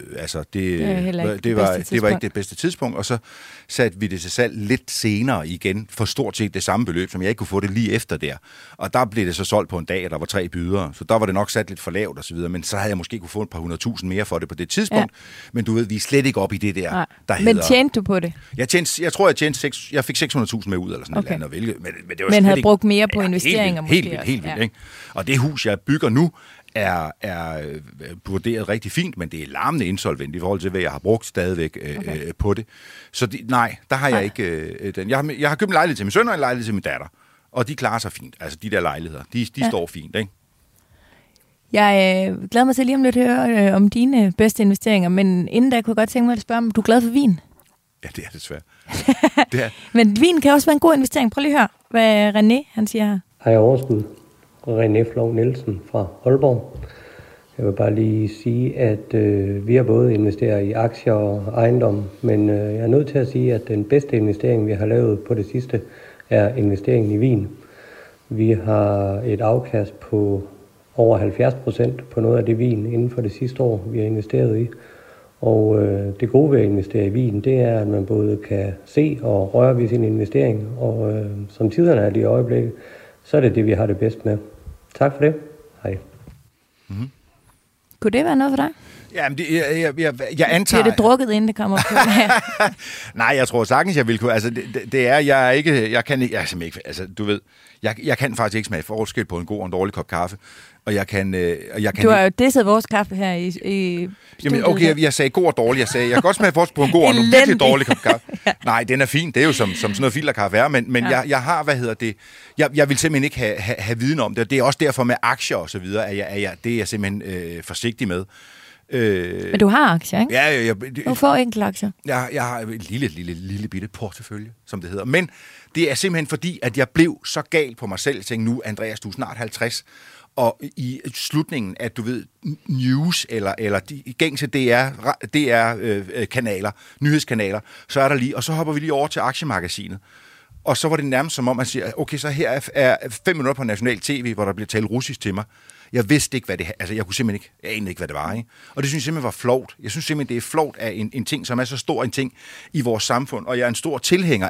var ikke det bedste tidspunkt. Og så satte vi det til salg lidt senere igen, for stort set det samme beløb, som jeg ikke kunne få det lige efter der. Og der blev det så solgt på en dag, og der var 3 bydere, så der var det nok sat lidt for lavt og så videre, men så havde jeg måske kunne få et par 100.000 mere for det på det tidspunkt. Ja. Men du ved, vi er slet ikke op i det der, der hedder... Men tjente du på det? Jeg tror, jeg fik 600.000 med ud, eller sådan et eller andet. Men det var havde brugt mere på investeringer måske. Helt vildt, ikke? Og det hus, jeg bygger nu, er vurderet rigtig fint, men det er larmende insolvent i forhold til, hvad jeg har brugt stadigvæk på det. Så der har jeg ikke den. Jeg har købt en lejlighed til min søn og en lejlighed til min datter, og de klarer sig fint. Altså, de der lejligheder, de står fint, ikke? Jeg glæder mig til lige om lidt at høre om dine bedste investeringer, men inden da kunne jeg godt tænke mig at spørge, om du er glad for vin? Ja, det er det svært. Men vin kan også være en god investering. Prøv lige at høre, hvad René han siger her. Har jeg overskud? René Flov Nielsen fra Aalborg. Jeg vil bare lige sige, at vi har både investeret i aktier og ejendom, men jeg er nødt til at sige, at den bedste investering, vi har lavet på det sidste, er investeringen i vin. Vi har et afkast på over 70% på noget af det vin inden for det sidste år, vi har investeret i. Og det gode ved at investere i vin, det er, at man både kan se og røre ved sin investering, og som tiderne er lige i øjeblikket, så er det det, vi har det bedst med. Tak for det. Hej. Mm-hmm. Kunne det være noget for dig? Jamen, jeg antager... Bliver det drukket, inden det kommer på? Nej, jeg tror sagtens, jeg vil kunne... Altså, det er... Jeg er ikke... Jeg kan ikke... Altså, du ved... Jeg kan faktisk ikke smage forskel på en god og en dårlig kop kaffe. Og jeg kan du har jo disset vores kaffe her i jamen, okay, jeg sagde god og dårlig. Jeg kan godt smage forskel på en god og en virkelig dårlig kop kaffe. Ja. Nej, den er fin. Det er jo som sådan noget filterkaffe er. Men jeg har, jeg vil simpelthen ikke have viden om det. Det er også derfor med aktier og så videre, det er jeg simpelthen forsigtig med. Men du har aktier, ikke? Ja. Du får enkelte aktier. Jeg har et lille bitte portefølje, som det hedder. Men det er simpelthen fordi, at jeg blev så gal på mig selv. Jeg tænkte nu, Andreas, du er snart 50. Og i slutningen af, du ved, news eller de gængse DR-kanaler, nyhedskanaler, så er der lige, og så hopper vi lige over til aktiemagasinet. Og så var det nærmest som om, man siger, okay, så her er 5 minutter på national tv, hvor der bliver talt russisk til mig. Jeg vidste ikke, hvad det... Altså, jeg kunne simpelthen ikke... Jeg anede ikke, hvad det var, ikke? Og det synes jeg simpelthen var flovt. Jeg synes simpelthen, det er flovt af en ting, som er så stor en ting i vores samfund. Og jeg er en stor tilhænger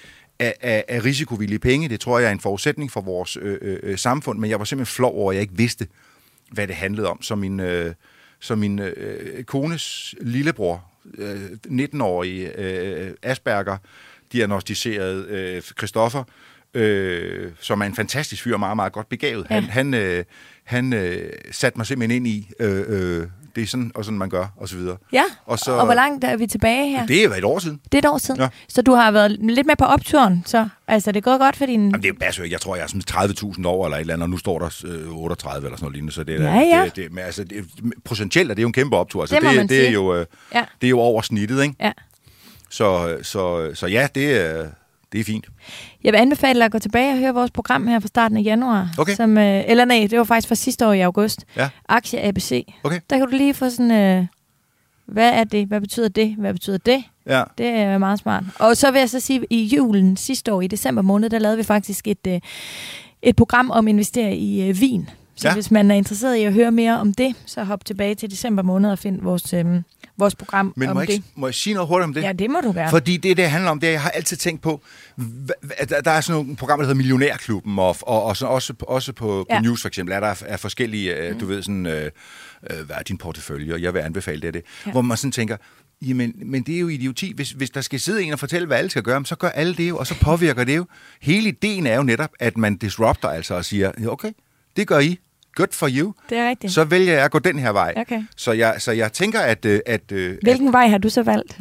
af risikovillige penge. Det tror jeg er en forudsætning for vores samfund. Men jeg var simpelthen flov over, at jeg ikke vidste, hvad det handlede om. Som min kones lillebror, 19-årige Asperger, diagnostiseret Christoffer, som er en fantastisk fyr og meget, meget godt begavet. Ja. Han satte mig simpelthen ind i, det er sådan, og sådan man gør, og så videre. Ja, og hvor langt er vi tilbage her? Det er jo et år siden. Det er et år siden. Ja. Så du har været lidt med på opturen, så altså, det er gået godt for din... Jamen, det er jo jeg tror, jeg er sådan 30.000 år eller et eller andet, og nu står der 38 eller sådan noget lignende, så det er men altså, potentielt er det jo en kæmpe optur. Altså, det er jo over snittet, ikke? Ja. Så ja, det Det er fint. Jeg vil anbefale dig at gå tilbage og høre vores program her fra starten af januar. Okay. Som, eller nej, det var faktisk fra sidste år i august. Ja. Aktie ABC. Okay. Der kan du lige få sådan, hvad er det? Hvad betyder det? Hvad betyder det? Ja. Det er meget smart. Og så vil jeg så sige, i julen sidste år, i december måned, der lavede vi faktisk et program om at investere i vin. Så hvis man er interesseret i at høre mere om det, så hop tilbage til december måned og find vores program. Men om det. Må jeg sige noget hurtigt om det? Ja, det må du gerne. Fordi det handler om, det jeg har altid tænkt på, der er sådan nogle programmer, der hedder Millionærklubben, og også på News for eksempel, er der forskellige, du ved sådan, hvad er din portefølje, og jeg vil anbefale det. Hvor man sådan tænker, jamen, men det er jo idioti. Hvis der skal sidde en og fortælle, hvad alle skal gøre, så gør alle det jo, og så påvirker det jo. Hele ideen er jo netop, at man disrupter altså og siger, okay, det gør I. Good for you. Det er rigtigt. Så vælger jeg at gå den her vej. Okay. Så jeg tænker, at hvilken vej har du så valgt?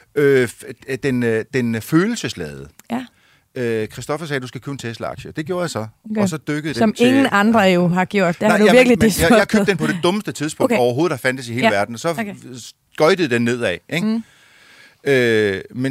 Den følelsesladede. Ja. Christoffer sagde, at du skal købe en Tesla-aktie. Det gjorde jeg så. Okay. Og så dykkede som den til... ingen andre jo har gjort. Der har du virkelig disruptet. Jeg købte den på det dummeste tidspunkt overhovedet, der fandtes i hele verden. Og så skøjtede den nedad. Ikke? Men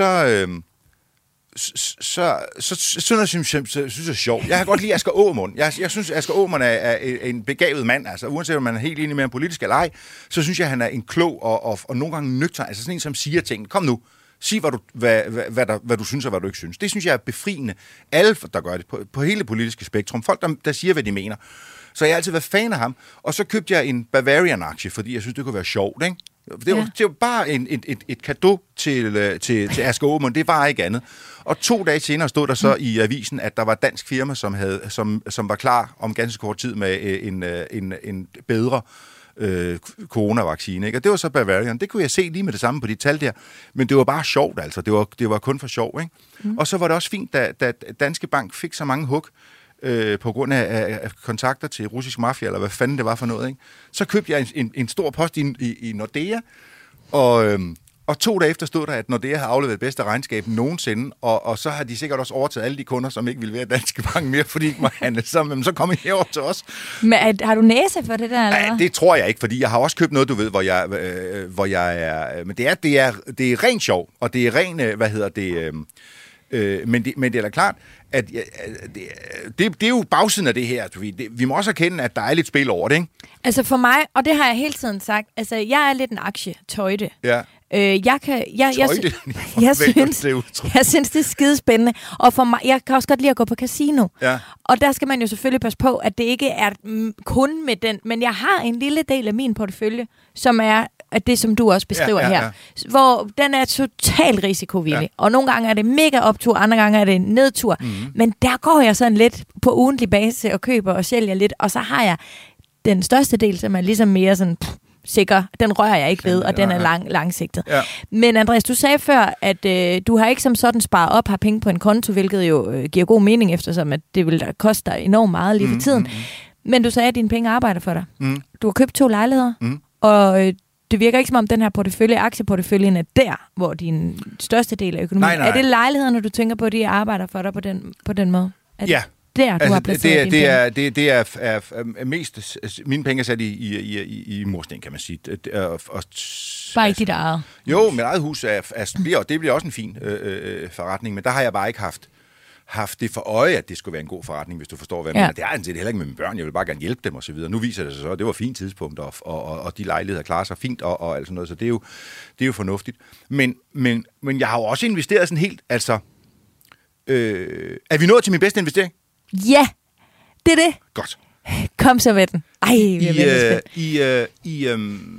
så synes jeg er sjovt. Jeg kan godt lide Asger Aamund. Jeg synes, Asger Aamund er en begavet mand. Altså, uanset om man er helt enig med ham politisk eller ej, så synes jeg, han er en klog og nogle gange nøgtern. Altså sådan en, som siger ting. Kom nu, sig, hvad du synes og hvad du ikke synes. Det synes jeg er befriende. Alle, der gør det på hele det politiske spektrum. Folk, der siger, hvad de mener. Så jeg har altid været fan af ham. Og så købte jeg en Bavarian-aktie, fordi jeg synes, det kunne være sjovt, ikke? Det var bare et cadeau til Asger Aamund. Det var ikke andet. Og 2 dage senere stod der så i avisen, at der var et dansk firma, som var klar om ganske kort tid med en bedre coronavaccine. Ikke? Og det var så Bavarian. Det kunne jeg se lige med det samme på de tal der. Men det var bare sjovt, altså. Det var kun for sjov. Ikke? Og så var det også fint, da Danske Bank fik så mange hug, på grund af kontakter til russisk mafia, eller hvad fanden det var for noget, ikke? Så købte jeg en stor post i Nordea, og 2 dage efter stod der, at Nordea havde afleveret bedste regnskab nogensinde, og så har de sikkert også overtaget alle de kunder, som ikke ville være Danske Bank mere, fordi de ikke må handle sammen. Men så kom I herover til os. Men har du næse for det der, eller hvad? Ja, det tror jeg ikke, fordi jeg har også købt noget, du ved, hvor jeg er... Men det er rent sjov, og det er ren, men det er da klart, at det er jo bagsiden af det her. Vi må også erkende, at der er lidt spil over det, ikke? Altså for mig, og det har jeg hele tiden sagt, altså jeg er lidt en aktietøjte. Ja. Jeg synes, det er skidespændende. Og for mig, jeg kan også godt lide at gå på casino. Ja. Og der skal man jo selvfølgelig passe på, at det ikke er kun med den. Men jeg har en lille del af min portefølje, som er at det, som du også beskriver her. Hvor den er totalt risikovillig. Ja. Og nogle gange er det mega optur, andre gange er det nedtur. Mm-hmm. Men der går jeg sådan lidt på ugentlig base og køber og sælger lidt. Og så har jeg den største del, som er ligesom mere sådan... sikker, den rører jeg ikke ved, og den er langsigtet. Ja. Men Andreas, du sagde før, at du har ikke som sådan sparet op, har penge på en konto, hvilket jo giver god mening, eftersom at det vil koste dig enormt meget lige for tiden. Men du sagde, at dine penge arbejder for dig. Du har købt 2 lejligheder, og det virker ikke som om den her portefølje, aktieporteføljen er der, hvor din største del af økonomien. Nej. Er det lejlighederne, du tænker på, de arbejder for dig på den måde? Ja. Der, du har placeret det er mest... Mine penge er sat i mursten, kan man sige. Bare ikke dit eget? Jo, mit eget hus det bliver også en fin forretning, men der har jeg bare ikke haft det for øje, at det skulle være en god forretning, hvis du forstår, hvad jeg mener. Det er det heller ikke med mine børn. Jeg vil bare gerne hjælpe dem og så videre. Nu viser det sig så, at det var et fint tidspunkt, og de lejligheder klarer sig fint og alt sådan noget, så det er jo fornuftigt. Men jeg har jo også investeret sådan helt, altså... er vi nået til min bedste investering? Ja, det er det. Godt. Kom så med den. I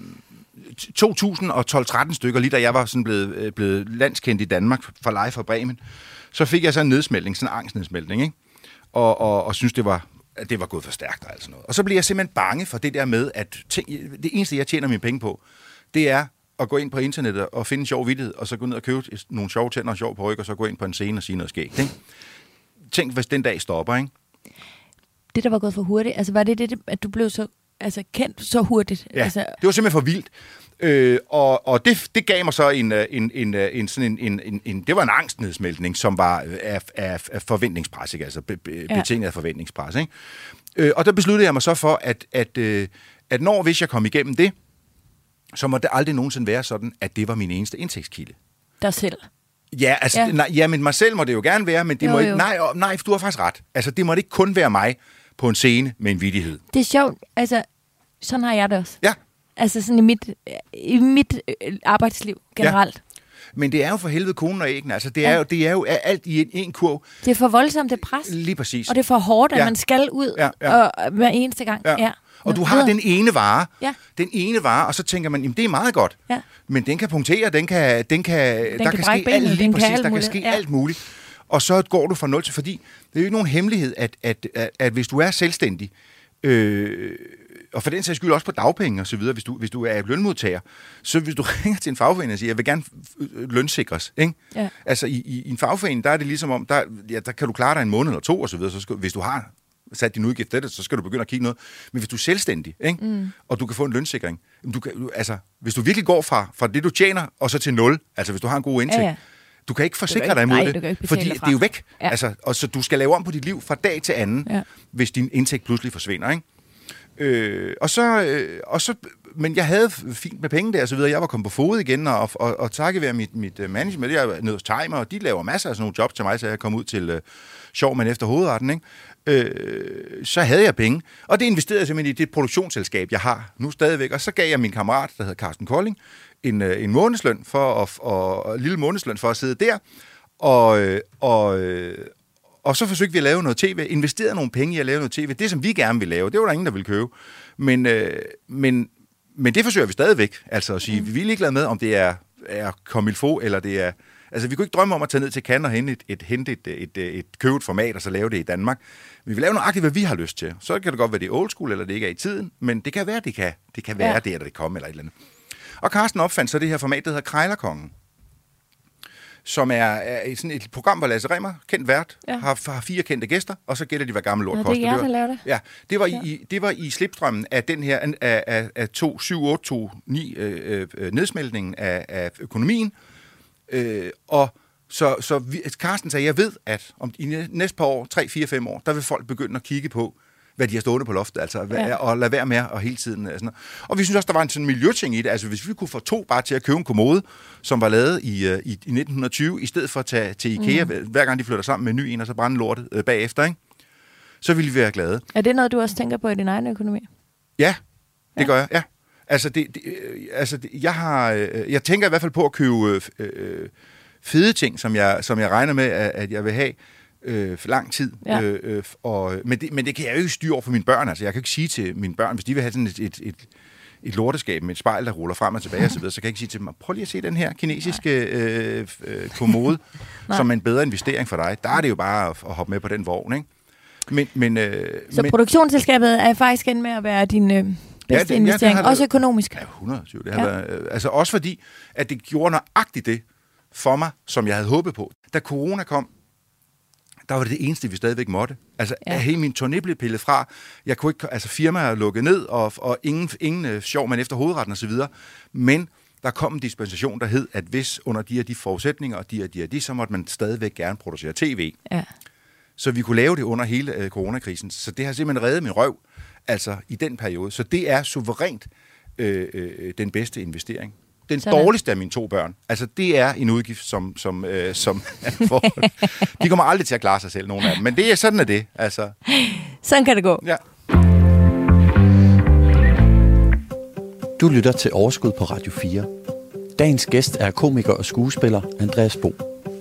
2012-13 stykker, lige da jeg var sådan blevet landskendt i Danmark for Live fra Bremen, så fik jeg så en nedsmeltning, sådan en angstnedsmeltning, ikke? Og synes, det var gået for stærkt og alt sådan noget. Og så blev jeg simpelthen bange for det der med, at det eneste, jeg tjener mine penge på, det er at gå ind på internettet og finde en sjov vittighed, og så gå ned og købe nogle sjove tænder og sjov på ryg, og så gå ind på en scene og sige noget skægt, ikke? Tænk, hvis den dag stopper, ikke? Det, der var gået for hurtigt, altså var det, at du blev så kendt så hurtigt? Ja, altså... det var simpelthen for vildt. Og det gav mig så det var en angstnedsmeltning, som var af forventningspres, ikke? Altså betinget af forventningspres, ikke? Og der besluttede jeg mig så for, at hvis jeg kom igennem det, så må det aldrig nogensinde være sådan, at det var min eneste indtægtskilde. Dig selv? Ja, altså, ja. Men mig selv må det jo gerne være, men det må ikke... Nej, du har faktisk ret. Altså, det må ikke kun være mig på en scene med en vittighed. Det er sjovt. Altså, sådan har jeg det også. Ja. Altså, sådan i mit arbejdsliv generelt. Ja. Men det er jo for helvede konen og æggene. Altså, det er jo alt i en kurv. Det er for voldsomt, det pres. Lige præcis. Og det er for hårdt, at man skal ud og hver eneste gang. Ja. Og du har den ene vare, og så tænker man, jamen det er meget godt, men den kan punktere, der kan ske alt muligt. Og så går du fra 0 til, fordi det er jo ikke nogen hemmelighed, at hvis du er selvstændig, og for den sags skyld også på dagpenge og så videre, hvis du er lønmodtager, så hvis du ringer til en fagforening og siger, jeg vil gerne lønsikres, ikke? Ja. Altså i en fagforening, der er det ligesom om, der kan du klare dig en måned eller 2 og så videre, så hvis du har sat din udgift til det, så skal du begynde at kigge noget. Men hvis du er selvstændig, ikke? Og du kan få en lønsikring, hvis du virkelig går fra det, du tjener, og så til 0, altså hvis du har en god indtægt, du kan ikke forsikre dig imod det, fordi det er jo væk. Ja. Altså, og så du skal lave om på dit liv fra dag til anden, hvis din indtægt pludselig forsvinder, ikke? Men jeg havde fint med penge der og så videre. Jeg var kommet på fod igen, og takket være mit management, jeg er nede hos Timer, og de laver masser af sådan nogle jobs til mig, så jeg kom ud til sjov, men efter hovedretten, ikke? Så havde jeg penge, og det investerede jeg simpelthen i det produktionsselskab, jeg har nu stadigvæk, og så gav jeg min kammerat, der hedder Carsten Kolding, en månedsløn en lille månedsløn for at sidde der, og så forsøgte vi at lave noget tv, investerede nogle penge i at lave noget tv, det som vi gerne ville lave, det var der ingen, der ville købe, men det forsøger vi stadigvæk, altså at sige, vi er ligeglade med, om det er comme il faut, eller det er... Altså, vi kunne ikke drømme om at tage ned til Cannes og hente et købt format, og så lave det i Danmark. Vi vil lave nøjagtigt, hvad vi har lyst til. Så kan det godt være, det er old school, eller det ikke er i tiden, men det kan være, det kan være det, eller det kommer, eller et eller andet. Og Carsten opfandt så det her format, der hedder Krejlerkongen, som er sådan et program, hvor Lasse Rimmer, kendt vært, har 4 kendte gæster, og så gætter de, hvad gammel lort koster. Det er jer, der laver det. Ja, det var i slipstrømmen af den her, af 9 nedsmeltningen af økonomien. Så Carsten sagde, jeg ved, at om i næste par år, 3, 4, 5 år, der vil folk begynde at kigge på, hvad de har stående på loftet, altså, og lade være med og hele tiden. Sådan. Og vi synes også, der var en sådan miljøting i det. Altså, hvis vi kunne få 2 bare til at købe en kommode, som var lavet i 1920, i stedet for at tage til IKEA, hver gang de flytter sammen med en ny en, og så brænde lortet bagefter, ikke? Så ville vi være glade. Er det noget, du også tænker på i din egen økonomi? Ja, det gør jeg, ja. Altså, jeg tænker i hvert fald på at købe fede ting, som jeg regner med, at jeg vil have for lang tid. Ja. Men det kan jeg jo ikke styre over for mine børn. Altså, jeg kan ikke sige til mine børn, hvis de vil have sådan et lorteskab med et spejl, der ruller frem og tilbage og så videre, så kan jeg ikke sige til dem, prøv lige at se den her kinesiske kommode, som er en bedre investering for dig. Der er det jo bare at hoppe med på den vogn, ikke? Så produktionsselskabet er faktisk med at være din... bedste investering, også økonomisk. Ja, 120. Det har været, altså også fordi, at det gjorde nøjagtigt det for mig, som jeg havde håbet på. Da corona kom, der var det eneste, vi stadigvæk måtte. Altså, hele min turné blev pillet fra. Jeg kunne ikke, altså firmaer lukket ned, og ingen sjov, men efter hovedretten og så videre. Men der kom en dispensation, der hed, at hvis under de forudsætninger, og de, så måtte man stadigvæk gerne producere tv. Ja. Så vi kunne lave det under hele coronakrisen. Så det har simpelthen reddet min røv, altså i den periode. Så det er suverænt den bedste investering. Den dårligste af mine 2 børn. Altså, det er en udgift, som de kommer aldrig til at klare sig selv, nogen af dem. Men sådan er det. Altså. Sådan kan det gå. Ja. Du lytter til Overskud på Radio 4. Dagens gæst er komiker og skuespiller Andreas Bo.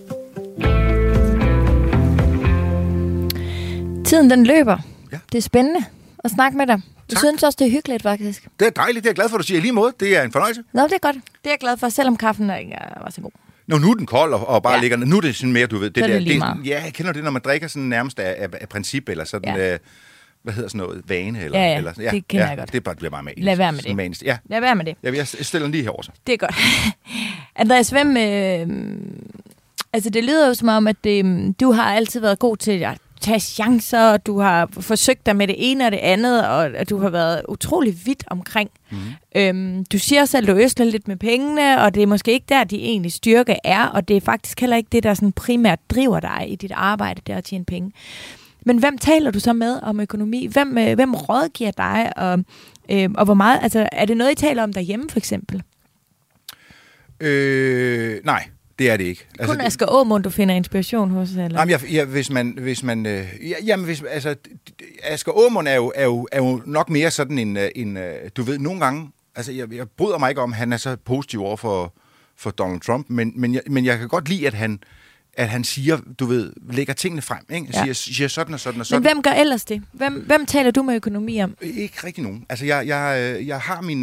Tiden den løber. Ja. Det er spændende at snakke med dig. Jeg synes også, det er hyggeligt, faktisk. Det er dejligt. Det er jeg glad for, at du siger lige måde. Det er en fornøjelse. Nå, det er godt. Det er jeg glad for, selvom kaffen ikke var så god. Nu er den kold og bare ligger... Nu er det sådan mere, du ved... Det jeg kender det, når man drikker sådan nærmest af princip, eller sådan... hvad hedder sådan noget? Vane? Eller, eller sådan. Det kender jeg godt. Det bliver bare magisk. Lad være med det. Manisk. Ja. Lad være med det. Jeg stiller den lige herover så. Det er godt. Andreas, altså, det lyder jo som om, at du har altid været god til at tage chancer, og du har forsøgt dig med det ene og det andet, og at du har været utrolig vidt omkring. Du siger selv, at du øsler lidt med pengene, og det er måske ikke der, de egentlig styrke er, og det er faktisk heller ikke det, der sådan primært driver dig i dit arbejde, der at tjene penge. Men hvem taler du så med om økonomi? Hvem rådgiver dig, og hvor meget? Altså, er det noget, I taler om derhjemme, for eksempel? Nej. Det er det ikke. Altså, kun Asger Aamund, du finder inspiration hos? Eller? Jamen, Asger Aamund er jo nok mere sådan en du ved, nogle gange, altså jeg bryder mig ikke om, han er så positiv over for Donald Trump, men jeg kan godt lide, at han siger, du ved, lægger tingene frem, ikke? Siger sådan og sådan og sådan. Men hvem gør ellers det? Hvem taler du med økonomi om? Ikke rigtig nogen. Altså, jeg har min...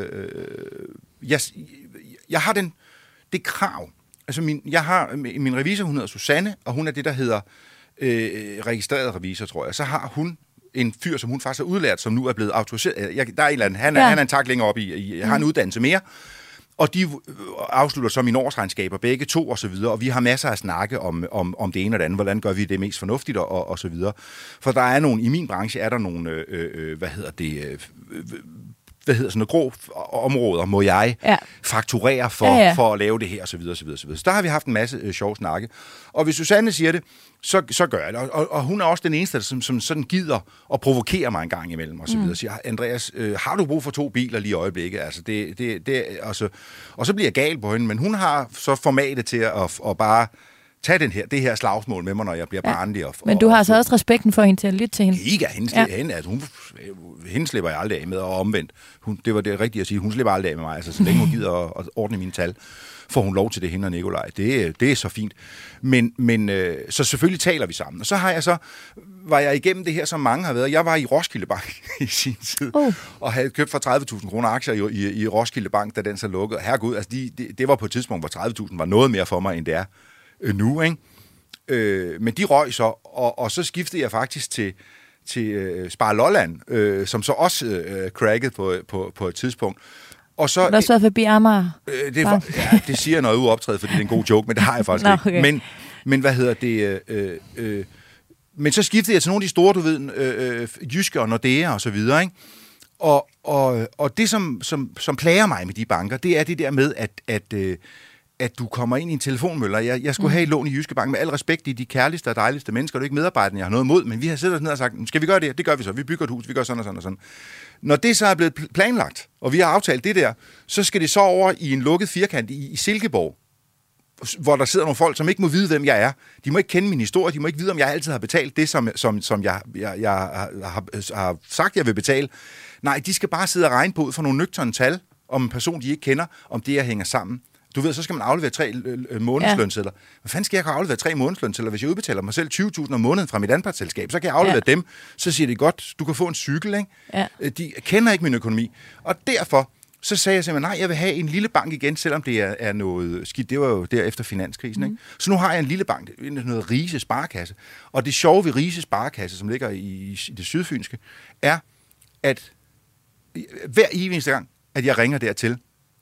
Jeg har det krav. Altså, jeg har min revisor, hun hedder Susanne, og hun er det, der hedder registreret revisor, tror jeg. Så har hun en fyr, som hun faktisk har udlært, som nu er blevet autoriseret. Der er en eller anden, han er en tak længere op i har en uddannelse mere. Og de afslutter så mine årsregnskaber, begge to og så videre, og vi har masser af snakke om det ene og det andet, hvordan gør vi det mest fornuftigt og så videre. For der er i min branche er der nogle, sådan nogle grå områder, må jeg fakturere for at lave det her, og så videre, og så videre, og så videre. Så der har vi haft en masse sjove snakke. Og hvis Susanne siger det, så gør jeg det. Og hun er også den eneste, som sådan gider at provokere mig en gang imellem, og så videre. Siger, Andreas, har du brug for 2 biler lige i øjeblikket? Altså, og så bliver jeg gal på hende, men hun har så formatet til at bare tage det her slagsmål med mig, når jeg bliver barnlig. Men du har så også respekten for hende til at lytte til hende? Ikke hende, altså hende slipper jeg aldrig af med, og omvendt. Det var det rigtige at sige, hun slipper aldrig af med mig, altså så længe hun gider at ordne mine tal, får hun lov til det, hende og Nikolaj. Det er så fint. Men så selvfølgelig taler vi sammen. Og så var jeg igennem det her, som mange har været. Jeg var i Roskilde Bank i sin tid, og havde købt for 30.000 kroner aktier i Roskilde Bank, da den så lukkede. Herregud, altså det var på et tidspunkt, hvor 30.000 var noget mere for mig, end det er nu, ikke? Men de røg så, og så skiftede jeg faktisk til Spar Lolland, som så også crackede på et tidspunkt. Og så, har du også været forbi Amager? Det siger noget uoptrædet, fordi det er en god joke, men det har jeg faktisk ikke. Okay. Men hvad hedder det? Men så skiftede jeg til nogle af de store, du ved, Jyske og Nordea og så videre, ikke? Og det, som plager mig med de banker, det er det der med, at du kommer ind i en telefonmøller. Jeg skulle have et lån i Jyske Bank, med al respekt, de kærligste og dejligste mennesker, det er ikke medarbejderne, jeg har noget imod, men vi har siddet ned og sagt, skal vi gøre det? Det gør vi så. Vi bygger et hus, vi gør sådan og sådan og sådan. Når det så er blevet planlagt, og vi har aftalt det der, så skal det så over i en lukket firkant i Silkeborg, hvor der sidder nogle folk, som ikke må vide, hvem jeg er. De må ikke kende min historie, de må ikke vide, om jeg altid har betalt det, som jeg har sagt, jeg vil betale. Nej, de skal bare sidde og regne på ud for nogle nøgterne tal, om en person, de ikke kender, om det, jeg hænger sammen. Du ved, så skal man aflevere 3 månedslønsedler. Hvad fanden skal jeg kunne aflevere 3 månedslønsedler, hvis jeg udbetaler mig selv 20.000 om måneden fra mit anpartsselskab? Så kan jeg aflevere dem. Så siger de godt, du kan få en cykel, ikke? Ja. De kender ikke min økonomi. Og derfor, så sagde jeg simpelthen, nej, jeg vil have en lille bank igen, selvom det er noget skidt. Det var jo der efter finanskrisen, ikke? Så nu har jeg en lille bank, noget Rise Sparekasse. Og det sjove ved Rise Sparekasse, som ligger i det sydfynske, er, at hver eneste gang, at jeg ringer dertil,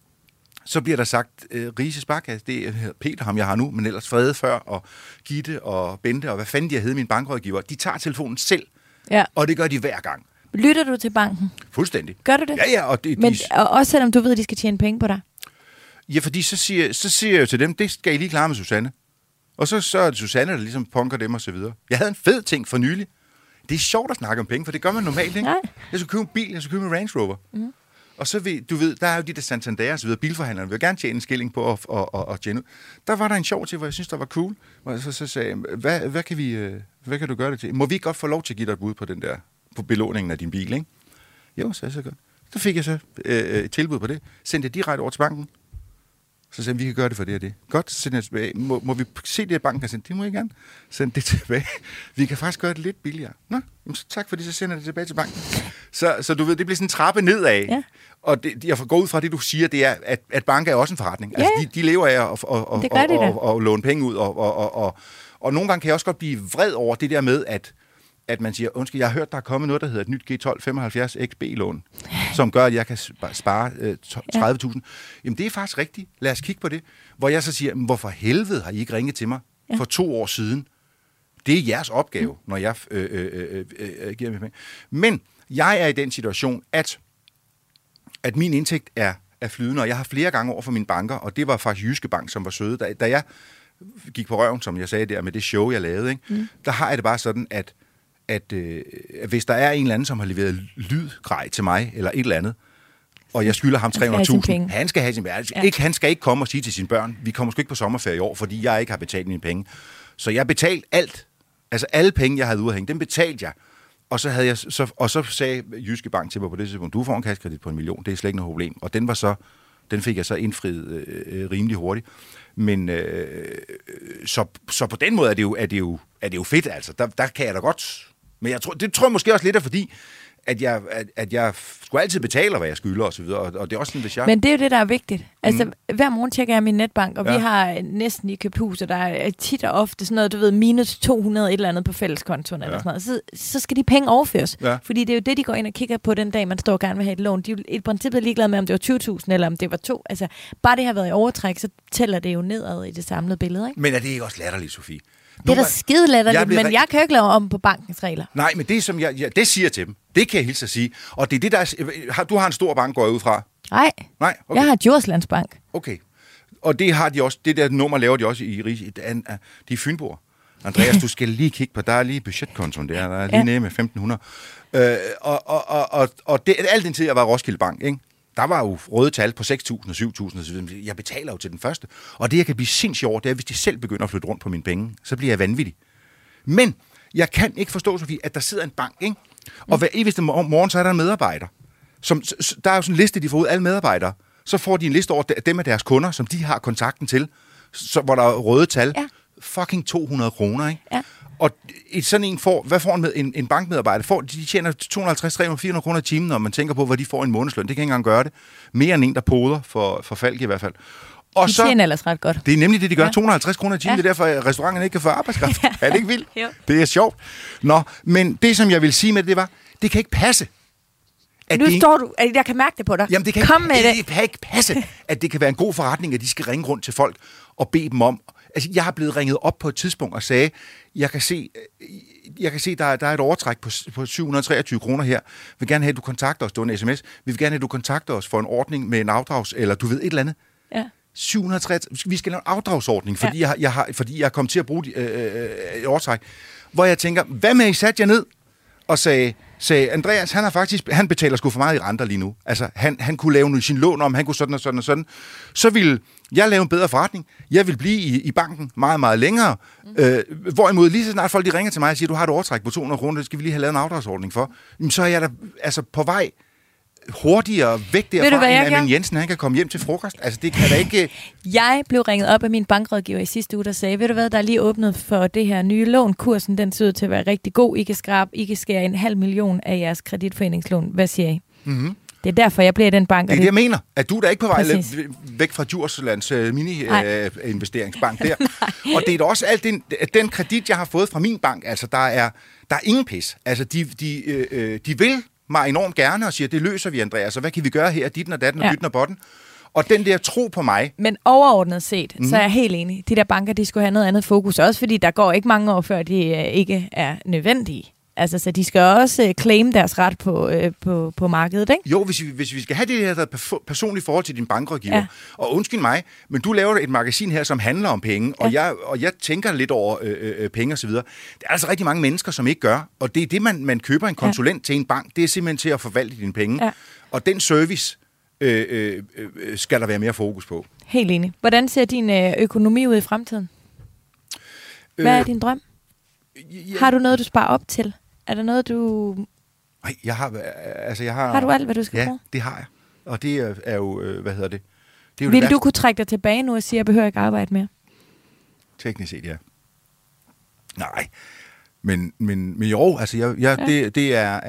så bliver der sagt, Rise Sparekasse, det er Peter, ham jeg har nu, men ellers Frede før, og Gitte og Bente, og hvad fanden de har heddet mine bankrådgiver, de tager telefonen selv, og det gør de hver gang. Lytter du til banken? Fuldstændig. Gør du det? Ja, og også selvom du ved, at de skal tjene penge på dig? Ja, fordi så siger jeg jo til dem, det skal I lige klare med Susanne. Og så er det Susanne, der ligesom punker dem og så videre. Jeg havde en fed ting for nylig. Det er sjovt at snakke om penge, for det gør man normalt, ikke? Nej. Jeg skulle købe en bil, jeg skulle købe en Range Rover. Mm. Og så du ved, der er jo de der Santander og så videre, bilforhandlerne vil gerne tjene en skilling på at tjene ud. Der var der en sjov til, hvor jeg synes, der var cool. Og så sagde jeg, hvad kan du gøre det til? Må vi godt få lov til at give dig et bud på den der, på belåningen af din bil, ikke? Jo, så godt. Så fik jeg så et tilbud på det. Sendte jeg direkte over til banken. Så sagde jeg, vi kan gøre det for det og det. Godt, så sendte jeg tilbage. Må vi se det, at banken har sendt? Det må jeg gerne. Send det tilbage. Vi kan faktisk gøre det lidt billigere. Nå, så tak for det, så sender jeg det tilbage til banken. Så du ved, det bliver sådan en trappe nedad. Ja. Og jeg får gå ud fra det, du siger, det er, at banker er også en forretning. Ja. Altså, de lever af at låne penge ud. Og nogle gange kan jeg også godt blive vred over det der med, at man siger, undskyld, jeg har hørt, der er kommet noget, der hedder et nyt G1275 XB-lån, som gør, at jeg kan spare 30.000. Jamen, det er faktisk rigtigt. Lad os kigge på det. Hvor jeg så siger, hvorfor helvede har I ikke ringet til mig for 2 år siden? Det er jeres opgave, når jeg giver mig penge. Men jeg er i den situation, at min indtægt er flydende, og jeg har flere gange over for mine banker, og det var faktisk Jyske Bank, som var søde. Da jeg gik på røven, som jeg sagde der, med det show, jeg lavede, ikke? Der har jeg det bare sådan, at hvis der er en eller anden, som har leveret lydgrej til mig, eller et eller andet, og jeg skylder ham 300.000. Han skal have sin penge. Ja. Han skal ikke komme og sige til sine børn, vi kommer sgu ikke på sommerferie i år, fordi jeg ikke har betalt mine penge. Så jeg betalte alt. Altså alle penge, jeg havde udhængt, dem betalte jeg. Og så sagde Jyske Bank til mig på det tidspunkt, du får en kassekredit på 1 million, det er slet ikke noget problem. Og den fik jeg så indfriet rimelig hurtigt. Men så på den måde er det jo fedt, altså. Der kan jeg da godt. Men det tror jeg måske også lidt af, fordi at jeg skulle altid betale, hvad jeg skylder og så videre. Og det er også sådan, hvis jeg... Men det er jo det, der er vigtigt. Altså, hver morgen tjekker jeg min netbank, og vi har næsten i købt hus, og der er tit og ofte sådan noget, du ved, minus 200 et eller andet på fælleskontoen eller sådan noget. Så skal de penge overføres. Ja. Fordi det er jo det, de går ind og kigger på den dag, man står og gerne vil have et lån. De er jo i princippet ligeglade med, om det var 20.000 eller om det var 2. Altså, bare det har været i overtræk, så tæller det jo nedad i det samlede billede, ikke? Men er det ikke også latterligt, Sofie? Det er da skide latterligt, men jeg kan jo ikke lave om på bankens regler. Nej, men det som det siger jeg til dem. Det kan jeg hilse at sige. Og det er det, der... Du har en stor bank, går jeg ud fra? Nej, okay. Jeg har Djurslands Bank. Okay. Og det har de også, det der nummer laver de også i de er Fynboer. Andreas, du skal lige kigge på, der er lige budgetkontoen der er lige nede med 1.500. Og det, al den tid, jeg var Roskilde Bank, ikke? Der var jo røde tal på 6.000 og 7.000 osv. Jeg betaler jo til den første. Og det, jeg kan blive sindssygt over, det er, hvis de selv begynder at flytte rundt på mine penge, så bliver jeg vanvittig. Men jeg kan ikke forstå, Sofie, at der sidder en bank, ikke? Og hver eneste morgen, så er der en medarbejder. Der er jo sådan en liste, de får ud, alle medarbejdere. Så får de en liste over dem af deres kunder, som de har kontakten til, hvor der er røde tal. Ja. Fucking 200 kroner, ikke? Ja. Og sådan en hvad får en bankmedarbejder? De tjener 250, 300, 400 kroner i timen, når man tænker på, hvad de får i en månedsløn. Det kan ikke engang gøre det. Mere end en, der poder for Falk i hvert fald. Og de tjener ellers ret godt. Det er nemlig det, de gør. 250 kroner i timen. Ja. Det er derfor, at restauranterne ikke kan få arbejdskraft. Ja. Er det ikke vildt? Det er sjovt. Nå, men det, som jeg vil sige med det var, det kan ikke passe. Står du... Jeg kan mærke det på dig. Jamen, det kan ikke passe, at det kan være en god forretning, at de skal ringe rundt til folk og bede dem om... Altså, jeg har blevet ringet op på et tidspunkt og sagde, jeg kan se, der er et overtræk på 723 kroner her. Vi vil gerne have, at du kontakter os. Det var en sms. Vi vil gerne have, at du kontakter os for en ordning med en afdrags... Eller du ved et eller andet. Ja. 760... Vi skal lave en afdragsordning, fordi, fordi jeg er kommet til at bruge et overtræk. Hvor jeg tænker, hvad med I satte jer ned og sagde Andreas, han betaler sgu for meget i renter lige nu. Altså, han kunne lave sin lån om, han kunne sådan og sådan og sådan. Så ville jeg lave en bedre forretning. Jeg vil blive i banken meget, meget længere. Hvorimod lige så snart folk de ringer til mig og siger, du har et overtræk på 200 kroner, det skal vi lige have lavet en afdragsordning for. Jamen, så er jeg da altså på vej hurtigere væk derfra, end Amin Jensen, han kan komme hjem til frokost. Altså, det kan da ikke... Jeg blev ringet op af min bankrådgiver i sidste uge, der sagde, ved du hvad, der er lige åbnet for det her nye lån. Kursen, den ser ud til at være rigtig god. I kan skære 500.000 af jeres kreditforeningslån. Hvad siger I? Mm-hmm. Det er derfor, jeg bliver i den bank. Det er det, jeg mener. At du er da ikke på vej væk fra Djurslands mini-investeringsbank der. Og det er da også alt den kredit, jeg har fået fra min bank. Altså, der er ingen pis. Altså, de vil mig enormt gerne og siger, det løser vi, Andreas, og hvad kan vi gøre her, ditten og datten og dytten og botten? Og den der tro på mig... Men overordnet set, så er jeg helt enig. De der banker, de skulle have noget andet fokus, også fordi der går ikke mange år, før de ikke er nødvendige. Altså, så de skal også claim deres ret på markedet, ikke? Jo, hvis vi skal have det her personlige forhold til din bankrådgiver, og undskyld mig, men du laver et magasin her, som handler om penge, og jeg tænker lidt over penge og så videre. Det er altså rigtig mange mennesker, som ikke gør, og det er det, man køber en konsulent til en bank, det er simpelthen til at forvalte dine penge. Ja. Og den service skal der være mere fokus på. Helt enig. Hvordan ser din økonomi ud i fremtiden? Hvad er din drøm? Har du noget, du sparer op til? Er der noget, du... Nej, jeg har... Har du alt, hvad du skal bruge? Ja, det har jeg. Og det er jo, det er jo Vil du kunne trække dig tilbage nu og sige, at jeg behøver ikke arbejde mere? Teknisk set, ja. Nej, men jo, altså, det er...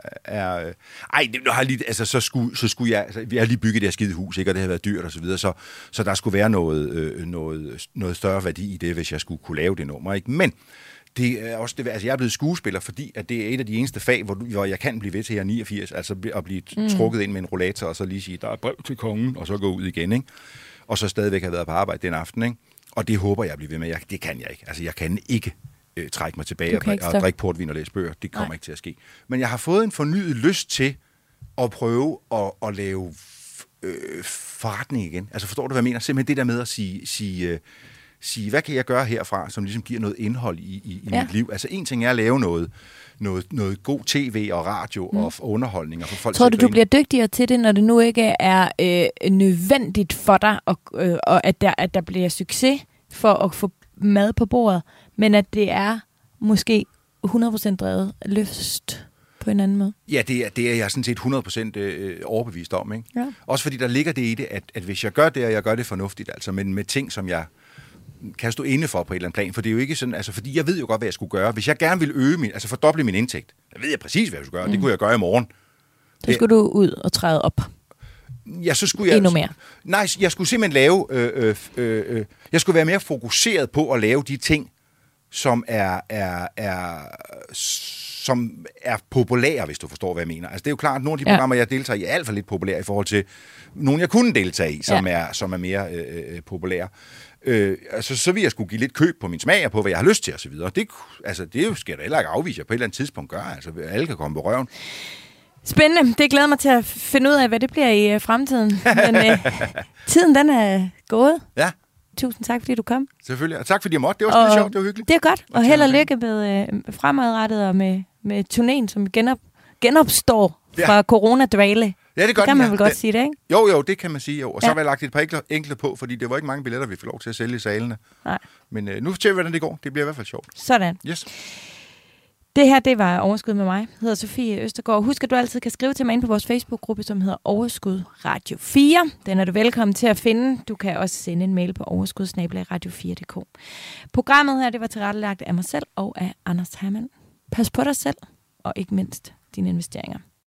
Ej, det har lige... Altså, så skulle jeg... Altså, vi har lige bygget det her skide hus, ikke? Og det har været dyrt og så videre, så der skulle være noget større værdi i det, hvis jeg skulle kunne lave det nummer, ikke? Men... Det er også det, altså jeg er blevet skuespiller, fordi at det er et af de eneste fag, hvor jeg kan blive ved til, jeg er 89, altså at blive trukket ind med en rollator, og så lige sige, der er brev til kongen, og så gå ud igen, ikke? Og så stadigvæk have været på arbejde den aften, ikke? Og det håber jeg bliver ved med. Det kan jeg ikke. Altså jeg kan ikke trække mig tilbage og drikke portvin og læse bøger. Det kommer ikke til at ske. Men jeg har fået en fornyet lyst til at prøve at lave forretning igen. Altså forstår du, hvad jeg mener? Simpelthen det der med at sige, hvad kan jeg gøre herfra, som ligesom giver noget indhold i mit liv. Altså en ting er at lave noget god tv og radio og underholdning. Og for folk tror du bliver dygtigere til det, når det nu ikke er nødvendigt for dig, og at der bliver succes for at få mad på bordet, men at det er måske 100% drevet lyst på en anden måde? Ja, det er jeg sådan set 100% overbevist om. Ikke? Ja. Også fordi der ligger det i det, at hvis jeg gør det, og jeg gør det fornuftigt, altså, men med ting, som jeg kan stå inde for på et eller andet plan, for det er jo ikke sådan, altså fordi jeg ved jo godt, hvad jeg skulle gøre. Hvis jeg gerne vil fordoble min indtægt, så ved jeg præcis, hvad jeg skulle gøre. Det kunne jeg gøre i morgen. Så skulle du ud og træde op. Ja, så skulle jeg... Endnu mere. Nej, jeg skulle simpelthen lave... jeg skulle være mere fokuseret på at lave de ting, som som er populære, hvis du forstår, hvad jeg mener. Altså, det er jo klart, at nogle af de programmer, jeg deltager i, er alt for lidt populære i forhold til nogle, jeg kunne deltage i, som er mere populære. Altså, så vil jeg skulle give lidt køb på min smag og på, hvad jeg har lyst til, og så videre. Det skal da heller ikke afvise, jeg på et eller andet tidspunkt gør. Altså, alle kan komme på røven. Spændende. Det glæder mig til at finde ud af, hvad det bliver i fremtiden. Men tiden, den er gået. Ja. Tusind tak, fordi du kom. Selvfølgelig. Og tak, fordi jeg måtte. Det var skide sjovt. Det var hyggeligt. Det er godt. Og held og lykke med fremadrettet og med turnéen, som genopstår fra coronadvale. Ja, det gør kan man vel godt sige det, ikke? Jo, det kan man sige, jo. Og så har jeg lagt et par enkelte på, fordi det var ikke mange billetter, vi fik lov til at sælge i salene. Nej. Men nu ser vi, hvordan det går. Det bliver i hvert fald sjovt. Sådan. Yes. Det her, det var Overskud med mig. Jeg hedder Sofie Østergaard. Husk, at du altid kan skrive til mig ind på vores Facebook-gruppe, som hedder Overskud Radio 4. Den er du velkommen til at finde. Du kan også sende en mail på overskud@radio4.dk. Programmet her, det var tilrettelagt af mig selv og af Anders Hermann. Pas på dig selv, og ikke mindst dine investeringer.